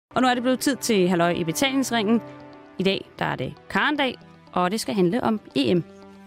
Og nu er det blevet tid til halløj i betalingsringen. I dag der er det Karendag, og det skal handle om EM.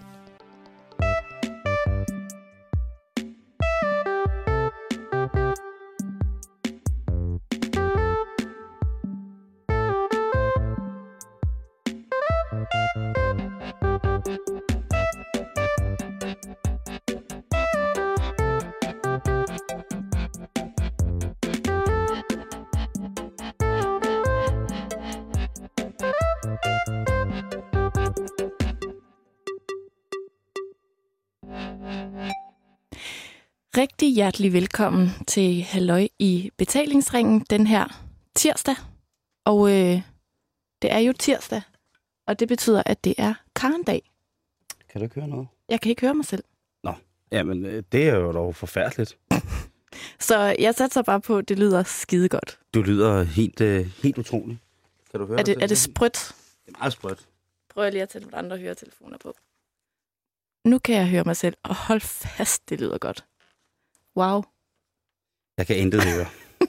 Rigtig hjertelig velkommen til halløj i betalingsringen den her tirsdag. Og det er jo tirsdag, og det betyder, at det er Karendag. Kan du ikke høre noget? Jeg kan ikke høre mig selv. Nå, jamen det er jo dog forfærdeligt. Så jeg satser bare på, at det lyder skide godt. Du lyder helt utroligt. Kan du høre Er det sprødt? Det er meget sprødt. Prøv lige at tage nogle andre høretelefoner på. Nu kan jeg høre mig selv, og hold fast, det lyder godt. Wow. Jeg kan intet høre.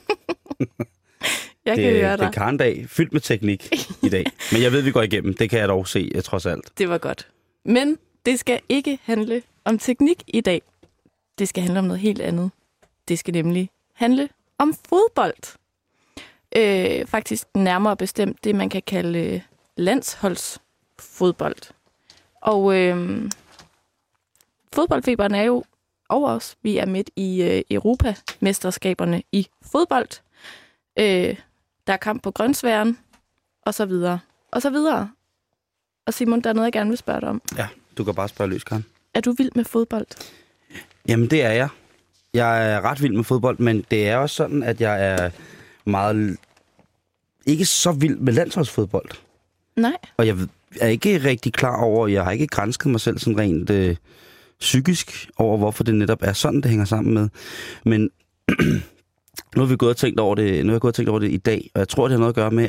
Jeg kan høre dig. Det er Karendag, fyldt med teknik i dag. Men jeg ved, vi går igennem. Det kan jeg dog se, trods alt. Det var godt. Men det skal ikke handle om teknik i dag. Det skal handle om noget helt andet. Det skal nemlig handle om fodbold. Faktisk nærmere bestemt det, man kan kalde landsholdsfodbold. Og fodboldfeberen er jo over os. Vi er midt i Europamesterskaberne i fodbold. Der er kamp på Grønsværen, og så videre. Og så videre. Og Simon, der er noget, jeg gerne vil spørge dig om. Ja, du kan bare spørge løs, Karen. Er du vild med fodbold? Jamen, det er jeg. Jeg er ret vild med fodbold, men det er også sådan, at jeg er meget ikke så vild med landsholdsfodbold. Nej. Og jeg er ikke rigtig klar over, jeg har ikke grænsket mig selv sådan rent psykisk over, hvorfor det netop er sådan, det hænger sammen med. Men nu har vi gået og tænkt over det, i dag, og jeg tror, det har noget at gøre med,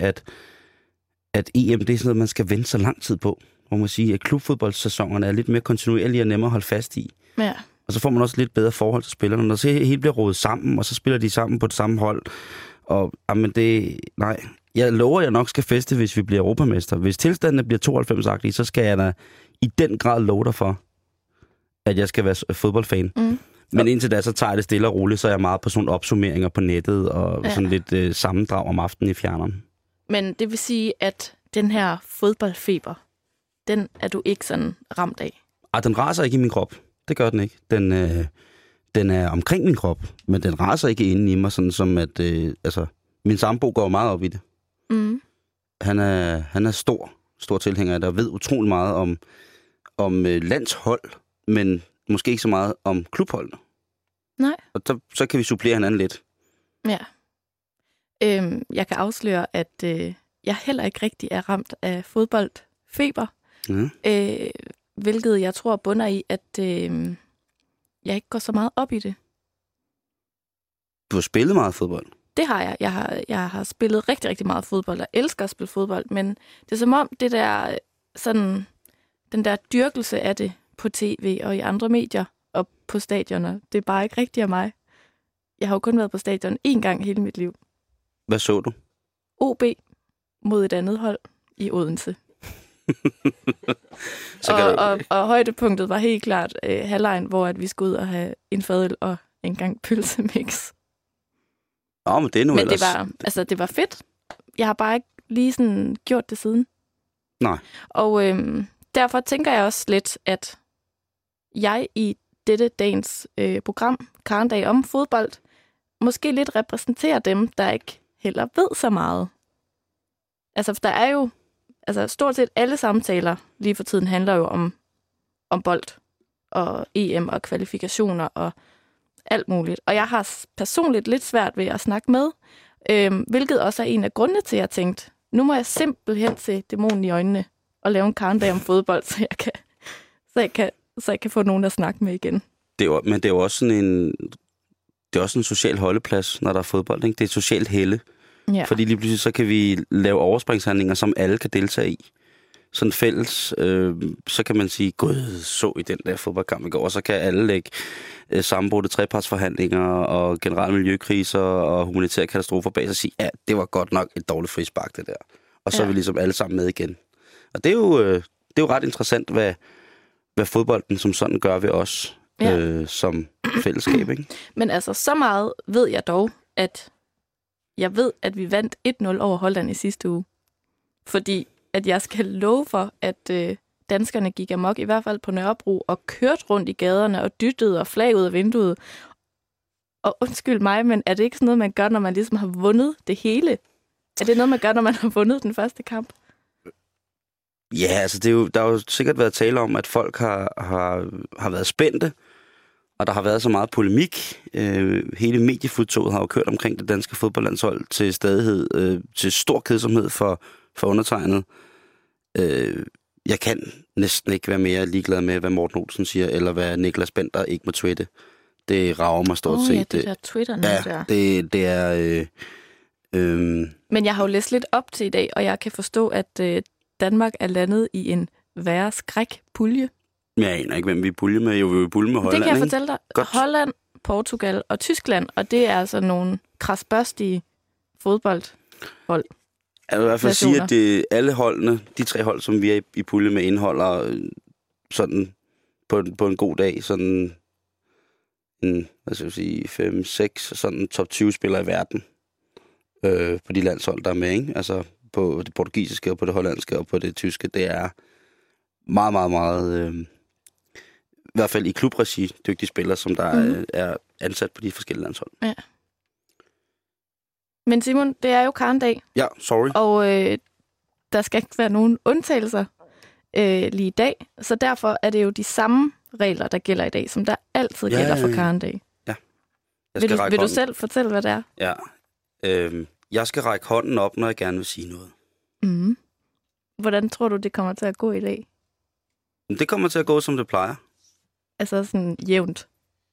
at EM, det er sådan noget, man skal vente så lang tid på. Hvor man siger, at klubfodboldsæsonerne er lidt mere kontinuerlige og nemmere at holde fast i. Ja. Og så får man også lidt bedre forhold til spillerne. Når så helt bliver rodet sammen, og så spiller de sammen på det samme hold. Og jamen jeg lover, at jeg nok skal feste, hvis vi bliver europamester. Hvis tilstandene bliver 92-agtige, så skal jeg da i den grad love dig for, at jeg skal være fodboldfan. Mm. Men indtil da, så tager jeg det stille og roligt, så er jeg meget på sådan opsummeringer på nettet, og sådan lidt sammendrag om aftenen i fjerneren. Men det vil sige, at den her fodboldfeber, den er du ikke sådan ramt af? Den raser ikke i min krop. Det gør den ikke. Den er omkring min krop, men den raser ikke inde i mig, sådan som at min sambo går meget op i det. Mm. Han er stor tilhænger af det, og ved utrolig meget om landshold, men måske ikke så meget om klubholdene. Nej. Og så kan vi supplere hinanden lidt. Ja. Jeg kan afsløre, at jeg heller ikke rigtig er ramt af fodboldfeber. Mm. Hvilket jeg tror bunder i, at jeg ikke går så meget op i det. Du har spillet meget fodbold? Det har jeg. Jeg har spillet rigtig, rigtig meget fodbold, og elsker at spille fodbold, men det er som om det der, sådan, den der dyrkelse af det på tv og i andre medier og på stadioner, det er bare ikke rigtigt af mig. Jeg har jo kun været på stadion én gang hele mit liv. Hvad så du? OB mod et andet hold i Odense. og højdepunktet var helt klart halvlejen, hvor at vi skulle ud og have en fadøl og en gang pølsemix. Men det er nu ellers. Det var fedt. Jeg har bare ikke lige sådan gjort det siden. Nej. Og derfor tænker jeg også lidt, at jeg i dette dagens program, Karendag om fodbold, måske lidt repræsenterer dem, der ikke heller ved så meget. Altså, der er jo stort set alle samtaler lige for tiden handler jo om bold og EM og kvalifikationer og alt muligt. Og jeg har personligt lidt svært ved at snakke med, hvilket også er en af grundene til, at jeg tænkte, nu må jeg simpelthen se dæmonen i øjnene og lave en Karendag om fodbold, så jeg kan få nogen at snakke med igen. Men det er jo også sådan en social holdeplads, når der er fodbold, ikke? Det er et socialt helle. Ja. Fordi lige pludselig så kan vi lave overspringshandlinger, som alle kan deltage i. sådan fælles, så kan man sige, gud, så i den der fodboldkamp i går, og så kan alle lægge sammenbrudte trepartsforhandlinger og generelle miljøkriser og humanitære katastrofer bag sig og sige, ja, det var godt nok et dårligt frispark, det der. Og så er vi ligesom alle sammen med igen. Og det er jo ret interessant, hvad fodbolden som sådan gør ved os som fællesskab, ikke? Men altså, så meget ved jeg dog, at jeg ved, at vi vandt 1-0 over Holland i sidste uge. Fordi at jeg skal love for, at danskerne gik amok, i hvert fald på Nørrebro, og kørte rundt i gaderne og dyttede og flag ud af vinduet. Og undskyld mig, men er det ikke sådan noget, man gør, når man ligesom har vundet det hele? Er det noget, man gør, når man har vundet den første kamp? Ja, altså der har jo sikkert været tale om, at folk har været spændte, og der har været så meget polemik. Hele mediefodtoget har jo kørt omkring det danske fodboldlandshold til stadighed, til stor kedsomhed for undertegnet. Jeg kan næsten ikke være mere ligeglad med, hvad Morten Olsen siger, eller hvad Niklas Bender ikke må twitte. Det rager mig stort set. Ja, det der Twitter der. Det er... Men jeg har jo læst lidt op til i dag, og jeg kan forstå, at Danmark er landet i en værre skrækpulje. Jeg aner ikke, hvem vi pulje med. Jo, vi er pulje med Holland, det kan jeg ikke? fortælle dig. Godt. Holland, Portugal og Tyskland, og det er altså nogle krasbørstige fodboldhold. Jeg vil i hvert fald sige, at alle holdene, de 3 hold, som vi er i pulje med, indeholder sådan på en god dag, sådan en, hvad skal jeg sige, 5-6 sådan top 20 spillere i verden på de landshold, der er med, ikke? Altså på det portugisiske og på det hollandske og på det tyske. Det er meget, meget, meget, i hvert fald i klubregi, dygtige spillere, som der er ansat på de forskellige landshold. Ja. Men Simon, det er jo Karndag. Ja, sorry. Og der skal ikke være nogen undtagelser lige i dag. Så derfor er det jo de samme regler, der gælder i dag, som der altid gælder for Karndag. Ja. Vil du selv fortælle, hvad det er? Ja. Jeg skal række hånden op, når jeg gerne vil sige noget. Mm. Hvordan tror du, det kommer til at gå i dag? Det kommer til at gå, som det plejer. Altså sådan jævnt?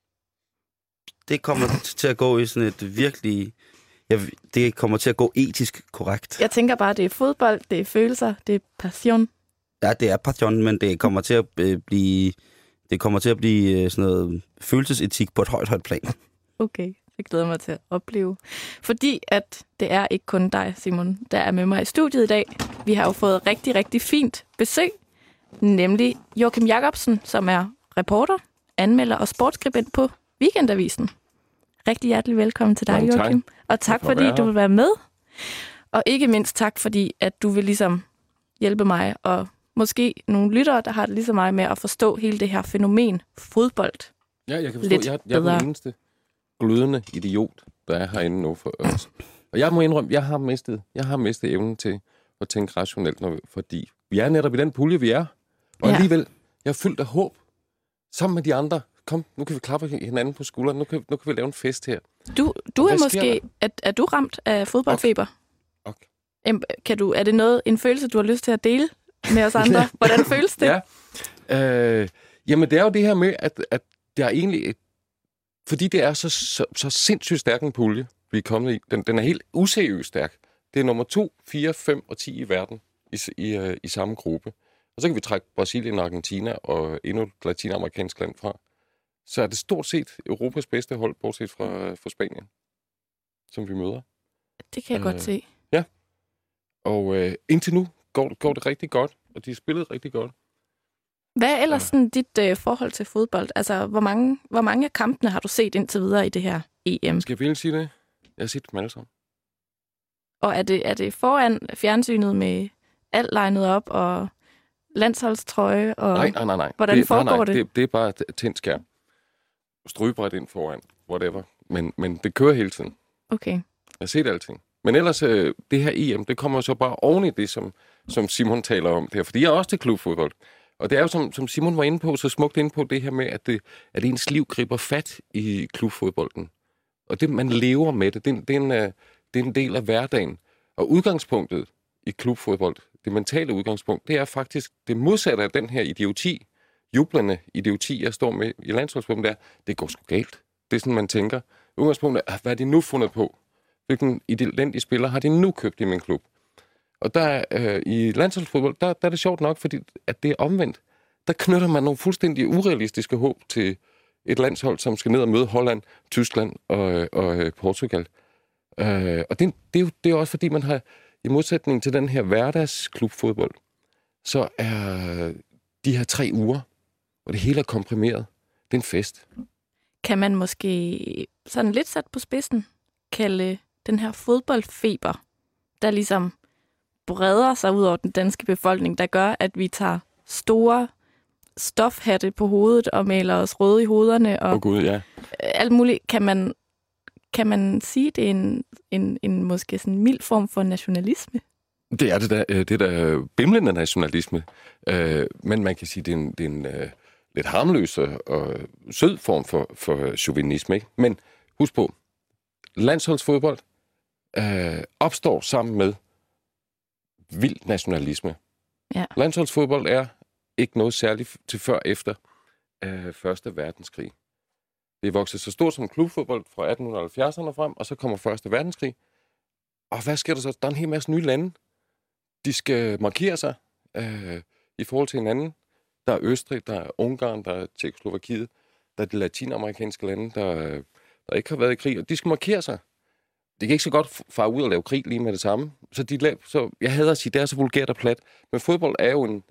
Det kommer til at gå i sådan et virkelig... det kommer til at gå etisk korrekt. Jeg tænker bare, det er fodbold, det er følelser, det er passion. Ja, det er passion, men det kommer til at blive... Det kommer til at blive sådan noget følelsesetik på et højt plan. Okay, det glæder mig til at opleve. Fordi at det er ikke kun dig, Simon, der er med mig i studiet i dag. Vi har jo fået rigtig, rigtig fint besøg. Nemlig Joachim Jacobsen, som er reporter, anmelder og sportsskribent på Weekendavisen. Rigtig hjertelig velkommen til dig, Joachim. Og tak fordi du vil være med. Og ikke mindst tak fordi, at du vil ligesom hjælpe mig, og måske nogle lyttere, der har det ligesom mig med at forstå hele det her fænomen fodbold. Ja, jeg kan forstå, jeg er den eneste glødende idiot, der er herinde nu for os. Og jeg må indrømme, jeg har mistet evnen til at tænke rationelt, fordi vi er netop i den pulje, vi er. Og alligevel, jeg er fyldt af håb. Sammen med de andre. Kom, nu kan vi klappe hinanden på skulderen. Nu kan vi lave en fest her. Du er måske... Er du ramt af fodboldfeber? Okay. Er det en følelse, du har lyst til at dele med os andre? Hvordan føles det? Ja. Jamen, det er jo det her med, at der er egentlig... Fordi det er så sindssygt stærk en pulje, vi er kommet i. Den er helt useriøst stærk. Det er nummer 2, 4, 5 og 10 i verden i samme gruppe. Og så kan vi trække Brasilien og Argentina og endnu et latinamerikansk land fra. Så er det stort set Europas bedste hold, bortset fra Spanien, som vi møder. Det kan jeg godt se. Ja. Og indtil nu går det rigtig godt, og de har spillet rigtig godt. Hvad er ellers sådan dit forhold til fodbold? Altså, hvor mange af kampene har du set indtil videre i det her EM? Skal jeg virkelig sige det? Jeg har set dem alle sammen. Og er det foran fjernsynet med alt legnet op og landsholdstrøje? Og Nej. Hvordan foregår det? Det er bare tændt skærm. Strygebræt ind foran, whatever. Men det kører hele tiden. Okay. Jeg har set alting. Men ellers, det her EM, det kommer så bare oven i det, som Simon taler om der. Fordi jeg er også til klubfodbold. Og det er jo, som Simon var inde på, så smukt inde på det her med, at ens liv griber fat i klubfodbolden. Og det, man lever med det, det er en del af hverdagen. Og udgangspunktet i klubfodbold, det mentale udgangspunkt, det er faktisk det modsatte af den her idioti, jublende idioti, jeg står med i landsholdsfodbolden der. Det går sgu galt. Det er sådan, man tænker. Udgangspunktet er, hvad har de nu fundet på? Hvilken elendig spiller har de nu købt i min klub? Og der i landsholdsfodbold, der er det sjovt nok, fordi at det er omvendt. Der knytter man nogle fuldstændig urealistiske håb til et landshold, som skal ned og møde Holland, Tyskland og Portugal. Og det er jo også fordi, man har, i modsætning til den her hverdagsklubfodbold, så er de her 3 uger, hvor det hele er komprimeret, det er en fest. Kan man måske sådan lidt sat på spidsen kalde den her fodboldfeber, der ligesom breder sig ud over den danske befolkning, der gør, at vi tager store stofhatte på hovedet og maler os røde i hovederne og Gud, ja. alt muligt. Kan man sige, det er en måske sådan mild form for nationalisme? Det er det der bimlende nationalisme. Men man kan sige, det er en lidt harmløs og sød form for chauvinisme. Ikke? Men husk på, landsholdsfodbold opstår sammen med vild nationalisme. Ja. Landsholdsfodbold er ikke noget særligt til før efter Første Verdenskrig. Det er vokset så stort som klubfodbold fra 1870'erne frem, og så kommer Første Verdenskrig. Og hvad sker der så? Der er en hel masse nye lande. De skal markere sig i forhold til hinanden. Der er Østrig, der er Ungarn, der er Tjekkoslovakiet, der er de latinamerikanske lande, der ikke har været i krig, og de skal markere sig. Det kan ikke så godt fare ud og lave krig lige med det samme. Så jeg hader at sige, det er så vulgært og plat. Men fodbold er jo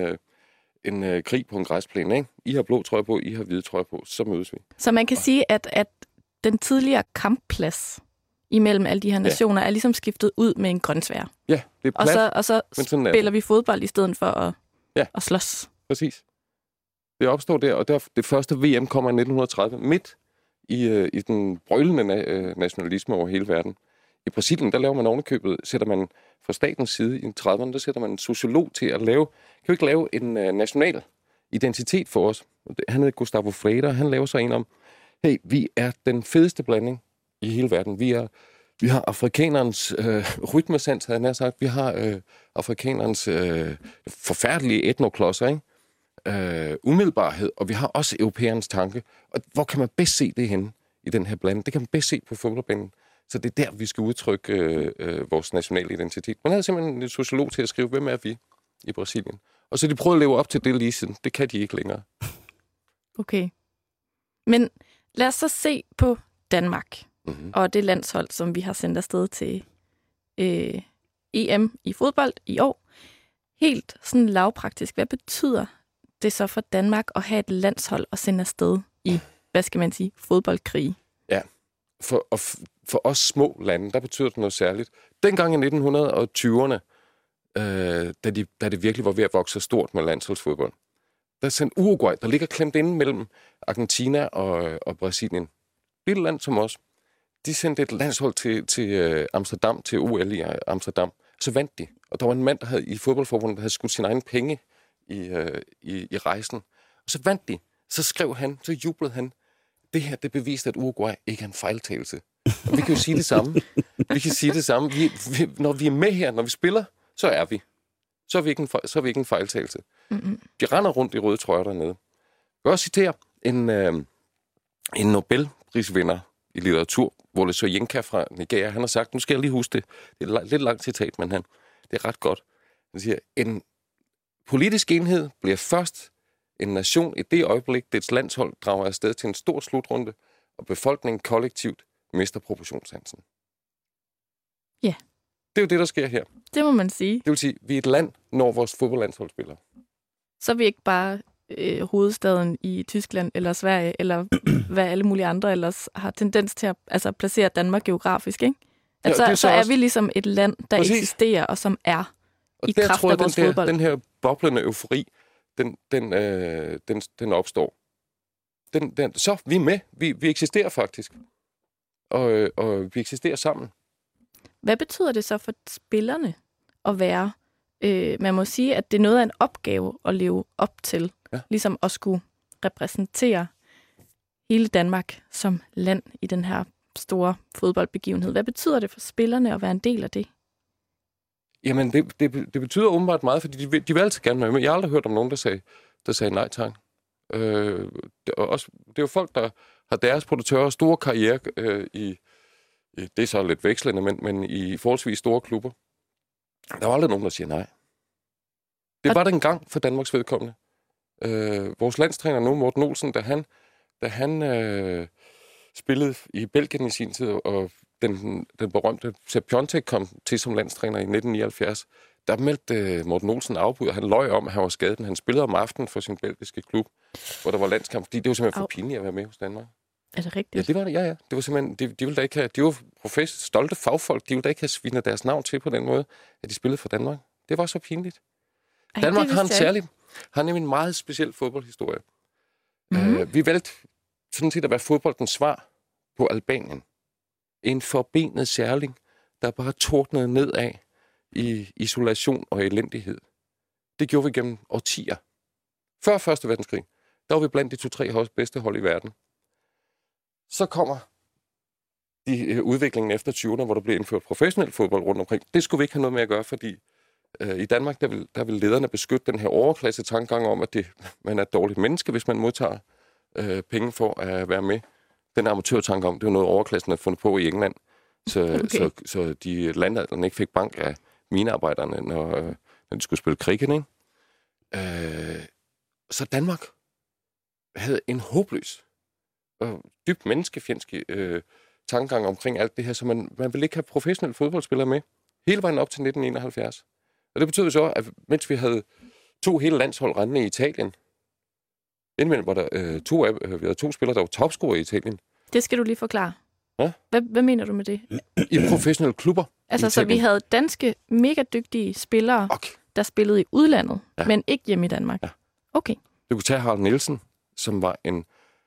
en krig på en græsplæne, ikke? I har blå trøje på, I har hvide trøje på, så mødes vi. Så man kan sige, at den tidligere kampplads imellem alle de her nationer er ligesom skiftet ud med en grønsvær. Ja, det er plat. Og så spiller vi fodbold i stedet for at slås. Præcis. Det opstår der, og det første VM kommer i 1930, midt i den brølende nationalisme over hele verden. I Brasilien, der laver man ovenikøbet, sætter man fra statens side i 30'erne, der sætter man en sociolog til at lave, kan vi ikke lave en national identitet for os? Han hedder Gustavo Freire, han laver så en om, hey, vi er den fedeste blanding i hele verden. Vi har afrikanernes rytmesans, havde han sagt. Vi har afrikanernes forfærdelige etnoklodser, ikke? Umiddelbarhed, og vi har også europæernes tanke. Og hvor kan man bedst se det henne i den her blanding? Det kan man bedst se på fodboldbanen. Så det er der, vi skal udtrykke vores nationale identitet. Man havde simpelthen en sociolog til at skrive, hvem er vi i Brasilien? Og så de prøvede at leve op til det lige siden. Det kan de ikke længere. Okay. Men lad os så se på Danmark og det landshold, som vi har sendt afsted til EM i fodbold i år. Helt sådan lavpraktisk. Hvad betyder det så for Danmark at have et landshold og sende afsted i, hvad skal man sige, fodboldkrig? Ja, for os små lande, der betyder det noget særligt. Dengang i 1920'erne, da det virkelig var ved at vokse stort med landsholdsfodbold, der sendte Uruguay, der ligger klemt inde mellem Argentina og Brasilien. Lille land som os. De sendte et landshold til Amsterdam, til OL i Amsterdam. Så vandt de. Og der var en mand, der havde i fodboldforbundet, der havde skudt sin egen penge i rejsen. Og så vandt de. Så skrev han, så jublede han. Det her, det beviste, at Uruguay ikke er en fejltagelse. Og vi kan jo sige det samme. Vi kan sige det samme. Når vi er med her, når vi spiller, så er vi. Så er vi ikke en fejltagelse. Mm-hmm. De render rundt i røde trøjer dernede. Jeg vil også citere en Nobelprisvinder i litteratur, Wole Soyinka fra Nigeria. Han har sagt, nu skal jeg lige huske det. Det er et lidt langt citat, men det er ret godt. Han siger, en politisk enhed bliver først en nation i det øjeblik, dets landshold drager afsted til en stor slutrunde, og befolkningen kollektivt mister proportionssansen. Ja. Det er jo det, der sker her. Det må man sige. Det vil sige, at vi er et land, når vores fodboldlandshold spiller. Så er vi ikke bare hovedstaden i Tyskland eller Sverige, eller hvad alle mulige andre ellers har tendens til at placere Danmark geografisk, ikke? Så er vi ligesom et land, der eksisterer, og som er og i kraft af vores fodbold. Den her boblende eufori, den opstår. Så vi er med. Vi eksisterer faktisk. Og vi eksisterer sammen. Hvad betyder det så for spillerne at være? Man må sige, at det er noget af en opgave at leve op til. Ja. Ligesom at skulle repræsentere hele Danmark som land i den her store fodboldbegivenhed. Hvad betyder det for spillerne at være en del af det? Jamen, det betyder åbenbart meget, fordi de vil altid gerne være med. Jeg har aldrig hørt om nogen, der sagde nej tak. Det er jo folk, der har deres producører store karriere i det er så lidt vekslende, men i forholdsvis store klubber. Der var aldrig nogen, der siger nej. Det var det engang for Danmarks vedkommende. Vores landstræner nu, Morten Olsen, da han spillede i Belgien i sin tid, og den berømte Sepp Piontek kom til som landstræner i 1979, der meldte Morten Olsen afbud, og han løj om, at han var skadet. Han spillede om aftenen for sin belgiske klub, hvor der var landskamp, fordi det var simpelthen for pinligt at være med hos Danmark. Er det rigtigt? Ja, det var det, ja. Det var simpelthen, de ville da ikke have, de var stolte fagfolk, de ville da ikke have svinet deres navn til på den måde, at de spillede for Danmark. Det var så pinligt. Danmark har nemlig en meget speciel fodboldhistorie. Vi valgte sådan set at være fodboldens svar på Albanien. En forbenet særling, der bare tordnede nedad i isolation og elendighed. Det gjorde vi gennem årtier. Før 1. verdenskrig, der var vi blandt de 2-3 bedste hold i verden. Så kommer udviklingen efter 20'erne, hvor der blev indført professionel fodbold rundt omkring. Det skulle vi ikke have noget med at gøre, fordi i Danmark, der vil lederne beskytte den her overklasse tankegang om, at man er et dårligt menneske, hvis man modtager penge for at være med. Den amatørtanke om, det var noget overklassen havde fundet på i England, så de landadlerne ikke fik bank af minearbejderne, når de skulle spille cricket, ikke? Så Danmark havde en håbløs og dybt menneskefjendsk tankegang omkring alt det her, så man ville ikke have professionelle fodboldspillere med hele vejen op til 1971. Og det betød så, at mens vi havde 2 hele landshold rendende i Italien, indimellem var der vi havde 2 spillere, der var topscorer i Italien. Det skal du lige forklare. Ja? Hvad mener du med det? I professionelle klubber. Altså, så vi havde danske, mega dygtige spillere, der spillede i udlandet, men ikke hjemme i Danmark. Ja. Okay. Du kunne tage Harald Nielsen, som var en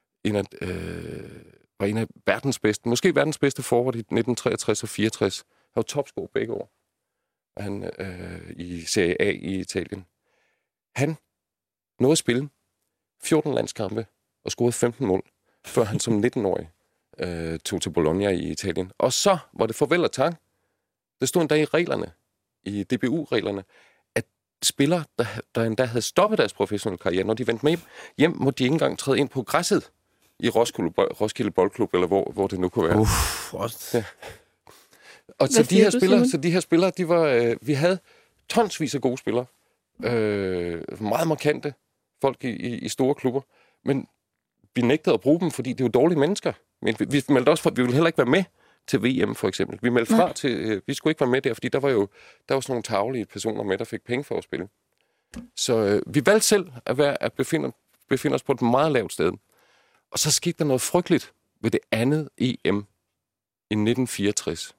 af verdens bedste, måske verdens bedste forward i 1963 og 64. Han var topscorer begge år. Han i Serie A i Italien. Han nåede at spille 14 landskampe og scorede 15 mål, før han som 19-årig tog til Bologna i Italien. Og så var det farvel og tak. Der stod endda i reglerne, i DBU-reglerne, at spillere, der endda havde stoppet deres professionelle karriere, når de vendte med hjem, måtte de ikke engang træde ind på græsset i Roskilde Boldklub, eller hvor det nu kunne være. Ja. Og så de her spillere, de var, vi havde tonsvis af gode spillere. Meget markante folk i store klubber. Men vi nægtede at bruge dem, fordi det var dårlige mennesker. Men vi meldte også for, at vi ville heller ikke være med til VM, for eksempel. Vi meldte fra til, vi skulle ikke være med der, fordi der var sådan nogle tarvelige personer med, der fik penge for at spille. Så vi valgte selv at befinde os på et meget lavt sted. Og så skete der noget frygteligt ved det andet EM i 1964,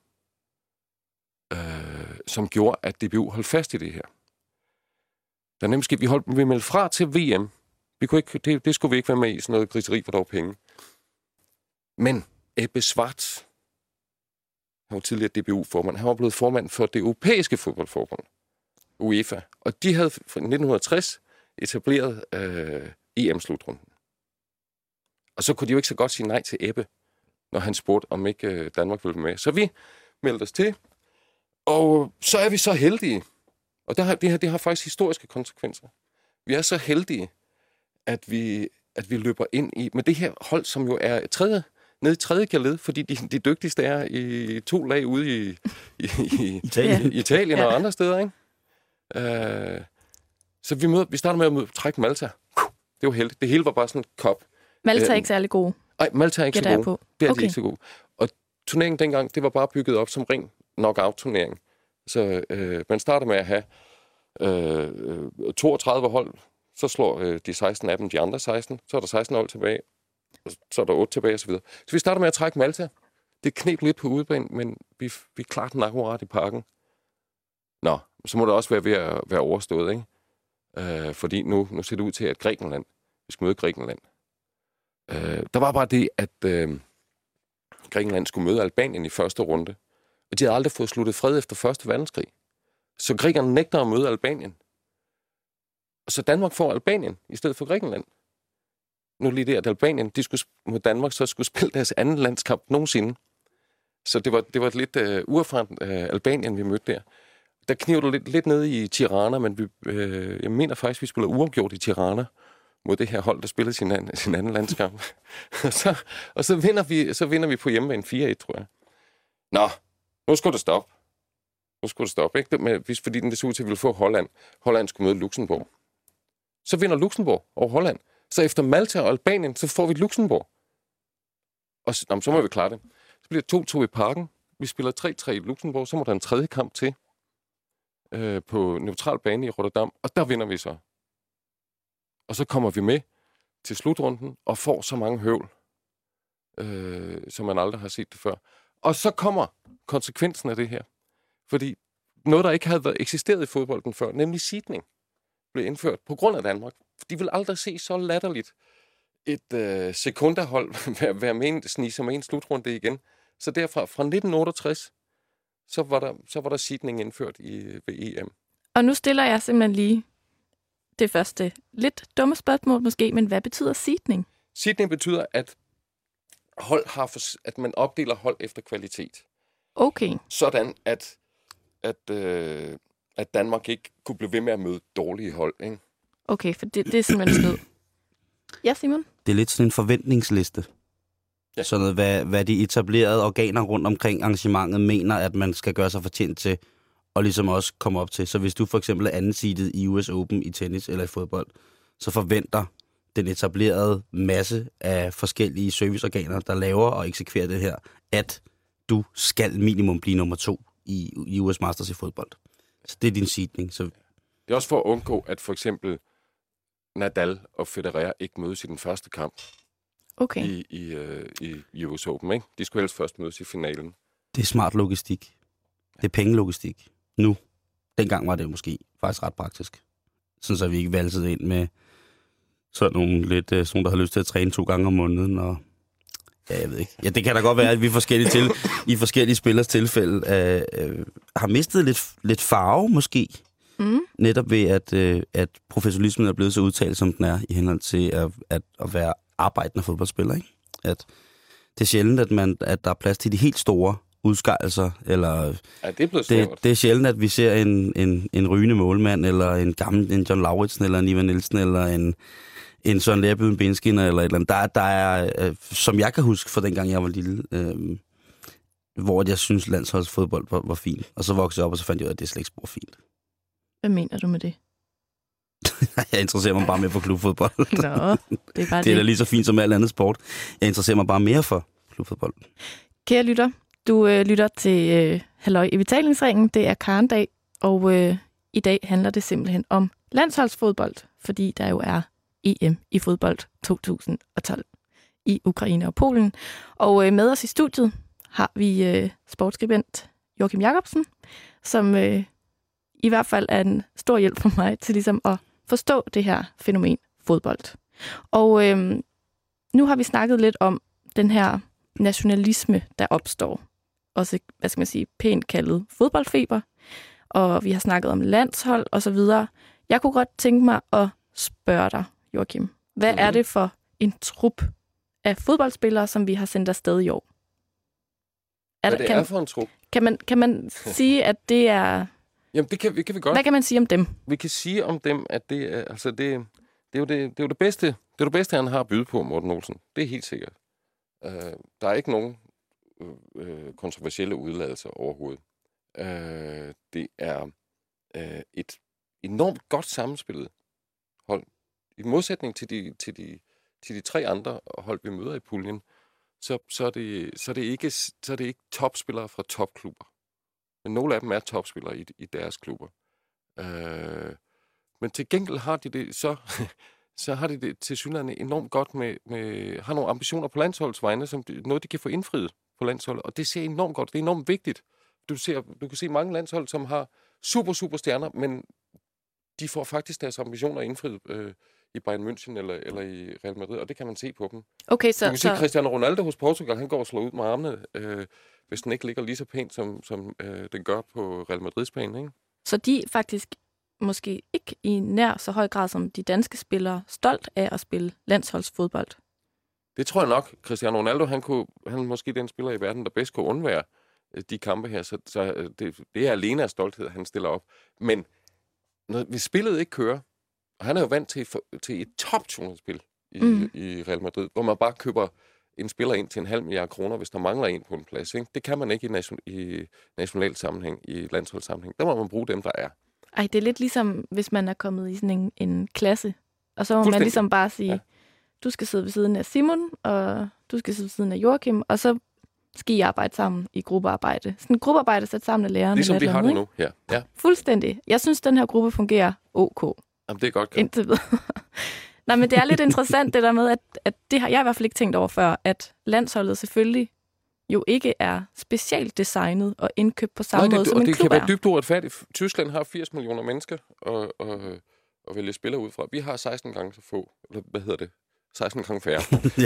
som gjorde, at DBU holdt fast i det her. Der nemlig vi meldte fra til VM. Vi kunne ikke, det skulle vi ikke være med i, sådan noget griseri, for der var penge. Men Ebbe Schwartz, han var tidligere DBU-formand, han var blevet formand for det europæiske fodboldforbund, UEFA. Og de havde fra 1960 etableret EM-slutrunden. Og så kunne de jo ikke så godt sige nej til Ebbe, når han spurgte, om ikke Danmark ville med. Så vi meldte os til, og så er vi så heldige, og det har faktisk historiske konsekvenser. Vi er så heldige, at vi løber ind med det her hold, som jo er nede i tredje geled, fordi de dygtigste er i 2 lag ude i Italien og andre steder, ikke? Så vi starter med at trække Malta. Det var heldigt. Det hele var bare sådan en kop. Malta er ikke særlig gode. Nej, Malta er ikke så gode. Det er de ikke så gode. Og turneringen dengang, det var bare bygget op som ren knockout-turnering. Så man starter med at have 32 hold, så slår de 16 af dem de andre 16, så er der 16 hold tilbage, så er der 8 tilbage osv. Så vi starter med at trække Malta. Det kneb lidt på udebane, men vi klarede den akkurat i parken. Nå, så må det også være ved at være overstået, ikke? Fordi nu ser det ud til, at vi skal møde Grækenland. Der var bare det, at Grækenland skulle møde Albanien i første runde, og de havde aldrig fået sluttet fred efter 1. verdenskrig. Så grækerne nægter at møde Albanien. Og så Danmark får Albanien i stedet for Grækenland. Nu lige det, at Albanien, de skulle mod Danmark, så skulle spille deres anden landskamp nogensinde. Så det var et lidt uerfarent Albanien, vi mødte der. Der kniver du lidt nede i Tirana, men jeg mener faktisk, vi spiller uafgjort i Tirana mod det her hold, der spiller sin anden landskamp. og så vinder vi på hjemmebane 4-1, tror jeg. Nå, nu skal det stoppe. Nu skulle det stoppe, ikke? Fordi den så ud til, at vi ville få Holland. Holland skulle møde Luxembourg. Så vinder Luxembourg over Holland. Så efter Malta og Albanien, så får vi Luxembourg. Og så må vi klare det. Så bliver det 2-2 i Parken. Vi spiller 3-3 i Luxembourg. Så må der en tredje kamp til på neutral bane i Rotterdam. Og der vinder vi så. Og så kommer vi med til slutrunden og får så mange høvl, som man aldrig har set det før. Og så kommer konsekvensen af det her. Fordi noget, der ikke havde været eksisteret i fodbolden før, nemlig seedning, blev indført på grund af Danmark. De vil aldrig se så latterligt et sekunderhold være med snige sig med en slutrunde igen. Så derfra, fra 1968, så var der seedning indført ved EM. Og nu stiller jeg simpelthen lige det første lidt dumme spørgsmål måske, men hvad betyder seedning? Seedning betyder, at at man opdeler hold efter kvalitet. Okay. Sådan, at Danmark ikke kunne blive ved med at møde dårlige hold, ikke? Okay, for det er simpelthen snyd. Ja, Simon? Det er lidt sådan en forventningsliste. Ja. Sådan noget, hvad de etablerede organer rundt omkring arrangementet mener, at man skal gøre sig fortjent til, og ligesom også komme op til. Så hvis du for eksempel er andenseedet i US Open i tennis eller i fodbold, så forventer den etablerede masse af forskellige serviceorganer, der laver og eksekverer det her, at du skal minimum blive nummer 2 i US Masters i fodbold. Så det er din seedning. Så... Det er også for at undgå, at for eksempel Nadal og Federer ikke mødes i den første kamp i US Open, ikke? De skulle helst først mødes i finalen. Det er smart logistik. Det er pengelogistik. Nu. Dengang var det måske faktisk ret praktisk. Sådan så vi ikke valgte ind med sådan nogle lidt, sådan der har lyst til at træne 2 gange om måneden, og ja, jeg ved ikke. Ja, det kan da godt være, at vi i forskellige spillers tilfælde har mistet lidt farve, måske. Mm. Netop ved, at professionalismen er blevet så udtalt, som den er, i henhold til at være arbejdende fodboldspiller, ikke? At det er sjældent, at der er plads til de helt store udskejelser, eller ja, det er blevet snævert. Det er sjældent, at vi ser en rygende målmand, eller en John Lauritsen, eller en Ivan Nielsen, eller en Søren Lerby uden benskinner, eller et eller andet. Der er, som jeg kan huske fra dengang, jeg var lille, hvor jeg synes, landsholdsfodbold var fint. Og så voksede jeg op, og så fandt jeg ud af, at det er slet ikke spor fint. Hvad mener du med det? Jeg interesserer mig bare mere for klubfodbold. Nå, det er bare det er da lige så fint som alt andet sport. Jeg interesserer mig bare mere for klubfodbold. Kære lytter, du lytter til Halløj i betalingsringen. Det er Karndag, og i dag handler det simpelthen om landsholdsfodbold, fordi der jo er EM i fodbold 2012 i Ukraine og Polen. Og med os i studiet har vi sportsskribent Joachim Jacobsen, som i hvert fald er en stor hjælp for mig til ligesom at forstå det her fænomen fodbold. Og nu har vi snakket lidt om den her nationalisme, der opstår. Også, hvad skal man sige, pænt kaldet fodboldfeber. Og vi har snakket om landshold og så videre. Jeg kunne godt tænke mig at spørge dig, Joachim. Hvad er det for en trup af fodboldspillere, som vi har sendt afsted i år? Hvad er for en trup? Kan man sige, at det er... Jamen, det kan vi godt. Hvad kan man sige om dem? Vi kan sige om dem, at det er, altså det er jo det bedste. Det er det bedste, han har at byde på, Morten Olsen. Det er helt sikkert. Der er ikke nogen kontroversielle udladelser overhovedet. Det er et enormt godt sammenspillet hold. I modsætning til de 3 andre hold, vi møder i puljen, så er det ikke topspillere fra topklubber. Men nogle af dem er topspillere i deres klubber. Men til gengæld har de det så har de det tilsyneladende enormt godt med har nogle ambitioner på landsholdsvegne, som noget, de kan få indfriet på landsholdet. Og det ser enormt godt. Det er enormt vigtigt. Du kan se mange landshold, som har super stjerner, men de får faktisk deres ambitioner indfriet i Bayern München eller i Real Madrid, og det kan man se på dem. Okay, du kan se Cristiano Ronaldo hos Portugal, han går og slår ud med armene, hvis den ikke ligger lige så pænt, som den gør på Real Madrids bane, ikke? Så de faktisk måske ikke i nær så høj grad som de danske spillere stolt af at spille landsholdsfodbold? Det tror jeg nok. Cristiano Ronaldo, han er måske den spiller i verden, der bedst kunne undvære de kampe her, så det er alene af stolthed, han stiller op. Men hvis spillet ikke kører, og han er jo vant til et top-turneringsspil i Real Madrid, hvor man bare køber en spiller ind til 500 million kroner, hvis der mangler en på en plads. Ikke? Det kan man ikke i national sammenhæng, i landsholdssammenhæng. Der må man bruge dem, der er. Ej, det er lidt ligesom, hvis man er kommet i sådan en klasse, og så må man ligesom bare sige, du skal sidde ved siden af Simon, og du skal sidde ved siden af Joachim, og så skal I arbejde sammen i gruppearbejde. Sådan en gruppearbejde sat sammen af lærerne. Ligesom de har det nu her. Ja. Fuldstændig. Jeg synes, den her gruppe fungerer ok. Jamen, det er godt. Indtil videre. Nej, men det er lidt interessant det der med, at det har jeg i hvert fald ikke tænkt over før, at landsholdet selvfølgelig jo ikke er specielt designet og indkøbt på samme måde som en klub er. Det kan være dybt uretfærdigt. Tyskland har 80 millioner mennesker og vælge spillere ud fra. Vi har 16 gange så få. Eller hvad hedder det? 16 gange færre.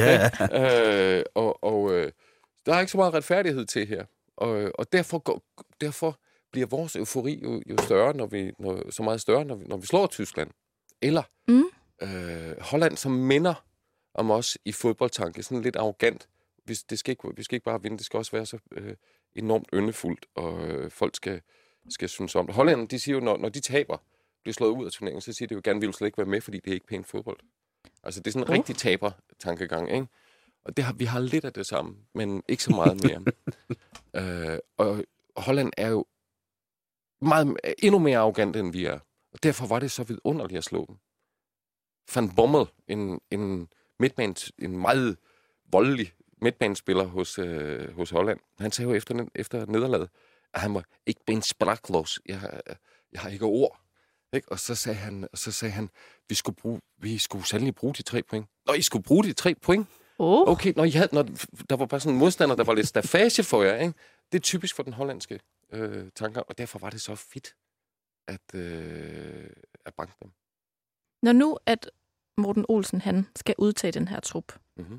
Der er ikke så meget retfærdighed til her. Og derfor bliver vores eufori jo større, når vi slår Tyskland. Eller Holland, som minder om os i fodboldtanke. Sådan lidt arrogant. Vi skal ikke bare vinde, det skal også være så enormt yndefuldt, og folk skal synes om det. Hollænderne, de siger jo, når de taber, bliver slået ud af turneringen, så siger de jo gerne, at vi vil slet ikke være med, fordi det er ikke pænt fodbold. Altså, det er sådan en rigtig taber-tankegang, ikke? Og vi har lidt af det samme, men ikke så meget mere. Og Holland er jo endnu mere arrogant, end vi er. Og derfor var det så vidunderligt at slå dem. Van Bommel, en meget voldelig midtbanespiller hos Holland. Han sagde jo efter nederlaget, at han var ikke ben sprachlos. Jeg har ikke ord. Ikke? Og så sagde han, vi skulle sandelig bruge de 3 point. Nå, I skulle bruge de 3 point? Okay, når der var bare sådan en modstander, der var lidt staffage for jer. Ikke? Det er typisk for den hollandske tanker, og derfor var det så fedt at banke dem. Når nu, at Morten Olsen han skal udtage den her trup,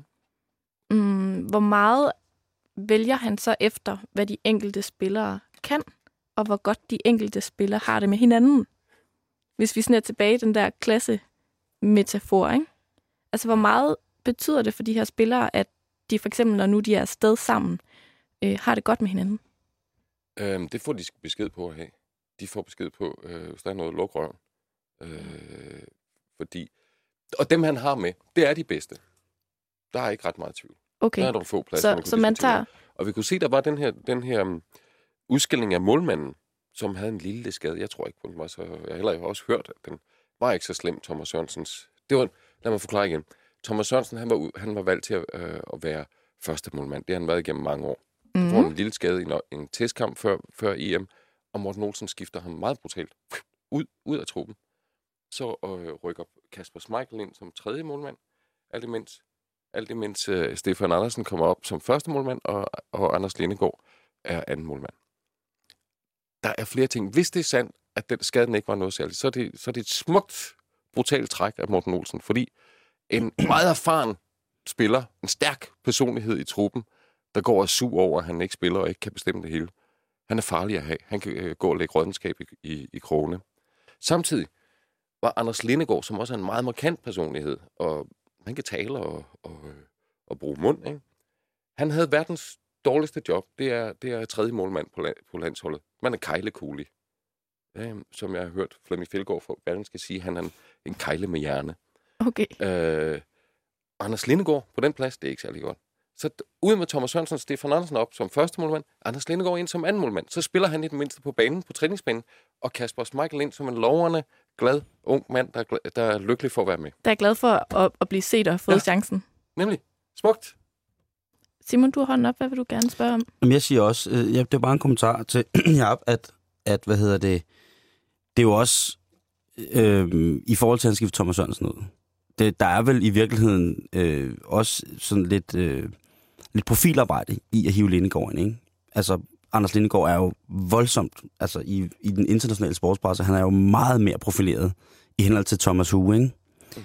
hvor meget vælger han så efter, hvad de enkelte spillere kan, og hvor godt de enkelte spillere har det med hinanden? Hvis vi sådan er tilbage i den der klasse-metafor, ikke? Altså, hvor meget betyder det for de her spillere, at de for eksempel, når nu de er afsted sammen, har det godt med hinanden? Det får de besked på at have. De får besked på, hvis der er noget, luk røven. Fordi... Og dem, han har med, det er de bedste. Der er ikke ret meget tvivl. Okay. Der er der få pladser, så man tager... Og vi kunne se, der var den her udskilling af målmanden, som havde en lille skade. Jeg tror ikke på den var så... Jeg har heller også hørt, at den var ikke så slem, Thomas Sørensens. Lad mig forklare igen. Thomas Sørensen, han var valgt til at være første målmand. Det har han været igennem mange år. Han får en lille skade i en testkamp før EM, og Morten Olsen skifter ham meget brutalt ud af truppen. Så rykker Kasper Schmeichel ind som tredje målmand, alt imens Stefan Andersen kommer op som første målmand, og Anders Lindegaard er anden målmand. Der er flere ting. Hvis det er sandt, at den skaden ikke var noget særligt, så er det et smukt, brutalt træk af Morten Olsen, fordi en meget erfaren spiller, en stærk personlighed i truppen, der går og sur over, at han ikke spiller og ikke kan bestemme det hele. Han er farlig at have. Han kan gå og lægge rådenskab i krogene. Samtidig var Anders Lindegaard, som også er en meget markant personlighed, og han kan tale og bruge mund, ikke? Han havde verdens dårligste job. Det er tredje målmand på landsholdet. Man er kejlekulig. Som jeg har hørt Flemming Fjellgaard fra Berlingske skal sige, han er en kejle med hjerne. Okay. Anders Lindegaard på den plads, det er ikke særlig godt. Så ud med Thomas Sørensen og Stefan Andersen op som første målmand, Anders Lindegaard ind som anden målmand. Så spiller han i det mindste på banen, på træningsbanen, og Kasper Schmeichel ind som en lovende, glad, ung mand, der er lykkelig for at være med. Der er glad for at blive set og have fået chancen. Nemlig. Smukt. Simon, du har hånden op. Hvad vil du gerne spørge om? Jamen, jeg siger også, det er bare en kommentar til at hvad hedder det, det er jo også i forhold til at han skifter Thomas Sørensen ud. Der er vel i virkeligheden også sådan lidt profilarbejde i at hive Lindegaard ind, ikke? Altså, Anders Lindegaard er jo voldsomt, altså i den internationale sportspresse, han er jo meget mere profileret i henhold til Thomas Hue, ikke?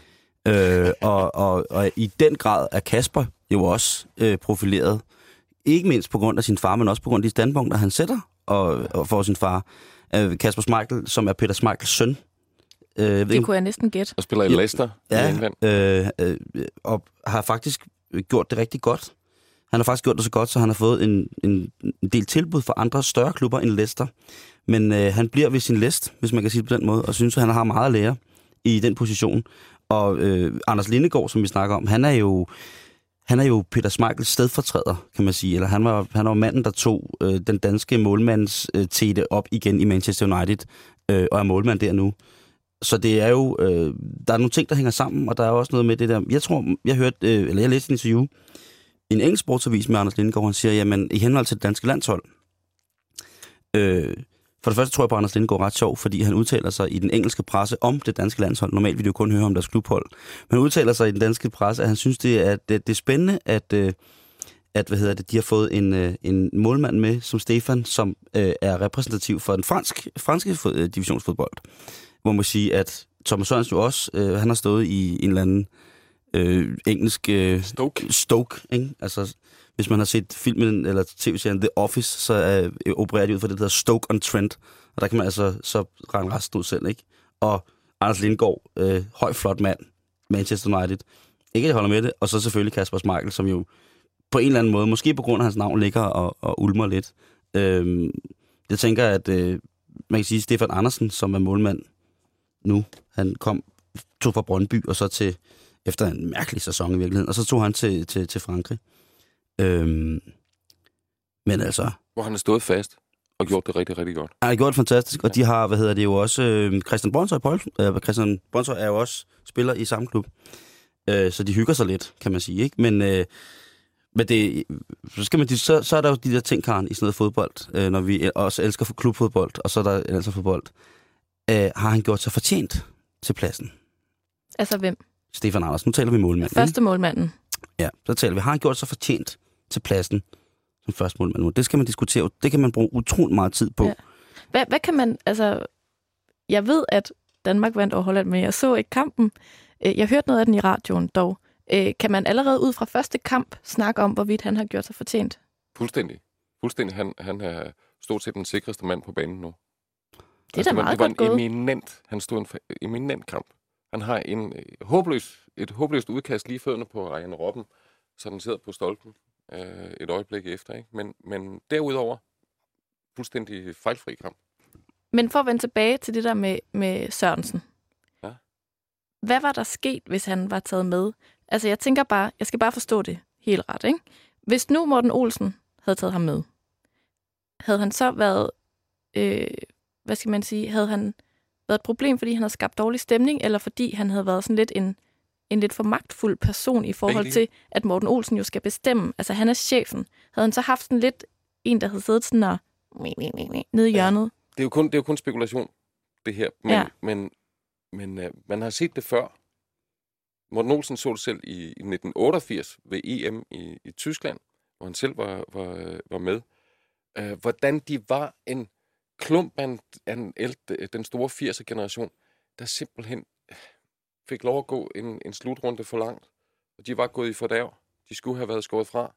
Og i den grad er Kasper jo også profileret, ikke mindst på grund af sin far, men også på grund af de standpunkter, han sætter og for sin far. Kasper Schmeichel, som er Peter Schmeichels søn. Det kunne jeg næsten gætte. Og spiller i Leicester i England. Og har faktisk gjort det rigtig godt. Han har faktisk gjort det så godt, så han har fået en del tilbud fra andre større klubber end Leicester. Men han bliver ved sin læst, hvis man kan sige det på den måde, og synes, at han har meget at lære i den position. Og Anders Lindegaard, som vi snakker om, han han er jo Peter Schmeichels stedfortræder, kan man sige. Eller han var manden, der tog den danske målmands tete op igen i Manchester United, og er målmand der nu. Så det er jo, der er nogle ting, der hænger sammen, og der er også noget med det der. Jeg tror, jeg læste en interview i en engelsk sportsavis med Anders Lindegaard, han siger, jamen i henhold til det danske landshold, for det første tror jeg på, at Anders Lindegaard er ret sjov, fordi han udtaler sig i den engelske presse om det danske landshold. Normalt vil du jo kun høre om deres klubhold. Men han udtaler sig i den danske presse, at han synes, det er spændende, at de har fået en målmand med som Stefan, som er repræsentativ for den franske divisionsfodbold. Hvor man sige, at Thomas Sørensen jo også, han har stået i en eller anden engelsk... Stoke, ikke? Altså, hvis man har set filmen eller tv-serien The Office, så opererer de ud fra det, der hedder Stoke-on-Trent. Og der kan man altså så regne resten ud selv, ikke? Og Anders Lindgaard, høj, flot mand, Manchester United. Ikke, jeg holder med det. Og så selvfølgelig Kasper Schmeichel, som jo på en eller anden måde, måske på grund af hans navn, ligger og ulmer lidt. Jeg tænker, at man kan sige, Stefan Andersen, som er målmand nu, han tog fra Brøndby, og så til, efter en mærkelig sæson i virkeligheden, og så tog han til Frankrig. Men altså... Hvor han har stået fast og gjort det rigtig, rigtig godt. Han har gjort det fantastisk, og de har, jo også... Christian Brøndshøj er jo også spiller i samme klub. Så de hygger sig lidt, kan man sige, ikke? Men det, så er der jo de der ting, Karen, i sådan noget fodbold, når vi også elsker for klubfodbold, og så er der altså fodbold. Har han gjort sig fortjent til pladsen? Altså hvem? Stefan Andersen. Nu taler vi målmanden. Første målmanden. Ja, så taler vi. Har han gjort sig fortjent til pladsen som første målmand nu? Det skal man diskutere. Det kan man bruge utrolig meget tid på. Ja. Hvad kan man... Altså, jeg ved, at Danmark vandt over Holland, men jeg så ikke kampen. Jeg hørte noget af den i radioen dog. Kan man allerede ud fra første kamp snakke om, hvorvidt han har gjort sig fortjent? Fuldstændig. Han er stort set den sikreste mand på banen nu. Det er da meget godt gået. Han stod en eminent kamp. Han har et håbløst udkast lige fødderne på Arjen Robben, så den sidder på stolpen et øjeblik efter. Ikke? Men derudover, fuldstændig fejlfri kamp. Men for at vende tilbage til det der med Sørensen. Ja. Hvad var der sket, hvis han var taget med? Altså jeg tænker bare, jeg skal bare forstå det helt ret, ikke? Hvis nu Morten Olsen havde taget ham med, havde han så været, hvad skal man sige, havde han været et problem, fordi han havde skabt dårlig stemning, eller fordi han havde været sådan lidt en lidt for magtfuld person i forhold til, at Morten Olsen jo skal bestemme. Altså han er chefen. Havde han så haft sådan lidt en, der havde siddet sådan og nede i hjørnet? Det er jo kun spekulation, det her. Men man har set det før. Morten Olsen så det selv i 1988 ved EM i Tyskland, hvor han selv var med. Hvordan de var en klump af den store 80'er-generation, der simpelthen fik lov at gå en slutrunde for langt. Og de var gået i fordærv. De skulle have været skåret fra.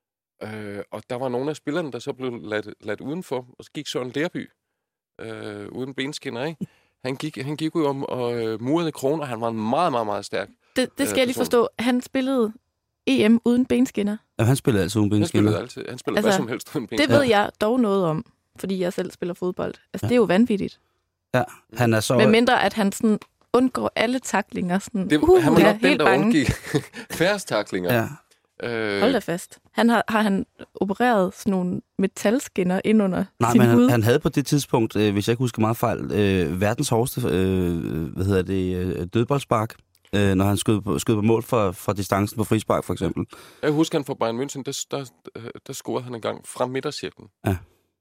Og der var nogle af spillerne, der så blev ladt udenfor. Og så gik Søren Lerby uden benskinner, ikke? Han gik ud og murede kroner, og han var meget, meget, meget stærk. Det skal jeg lige forstå. Han spillede EM uden benskinner? Ja, han spillede altid uden benskinner. Han spillede hvad som helst uden benskinner. Det ved jeg dog noget om, fordi jeg selv spiller fodbold. Altså, det er jo vanvittigt. Ja, han er så... Med mindre, at han sådan undgår alle taklinger. Sådan, han var nok den, der undgik færrest taklinger. Ja. Hold da fast. Har han opereret sådan nogle metalskinner ind under sin hud? Nej, han havde på det tidspunkt, hvis jeg ikke husker meget fejl, verdens hårdeste dødboldspark, når han skød på mål fra distancen på frispark, for eksempel. Jeg husker, han for Bayern München, der scorede han en gang fra midtercirklen. Ja.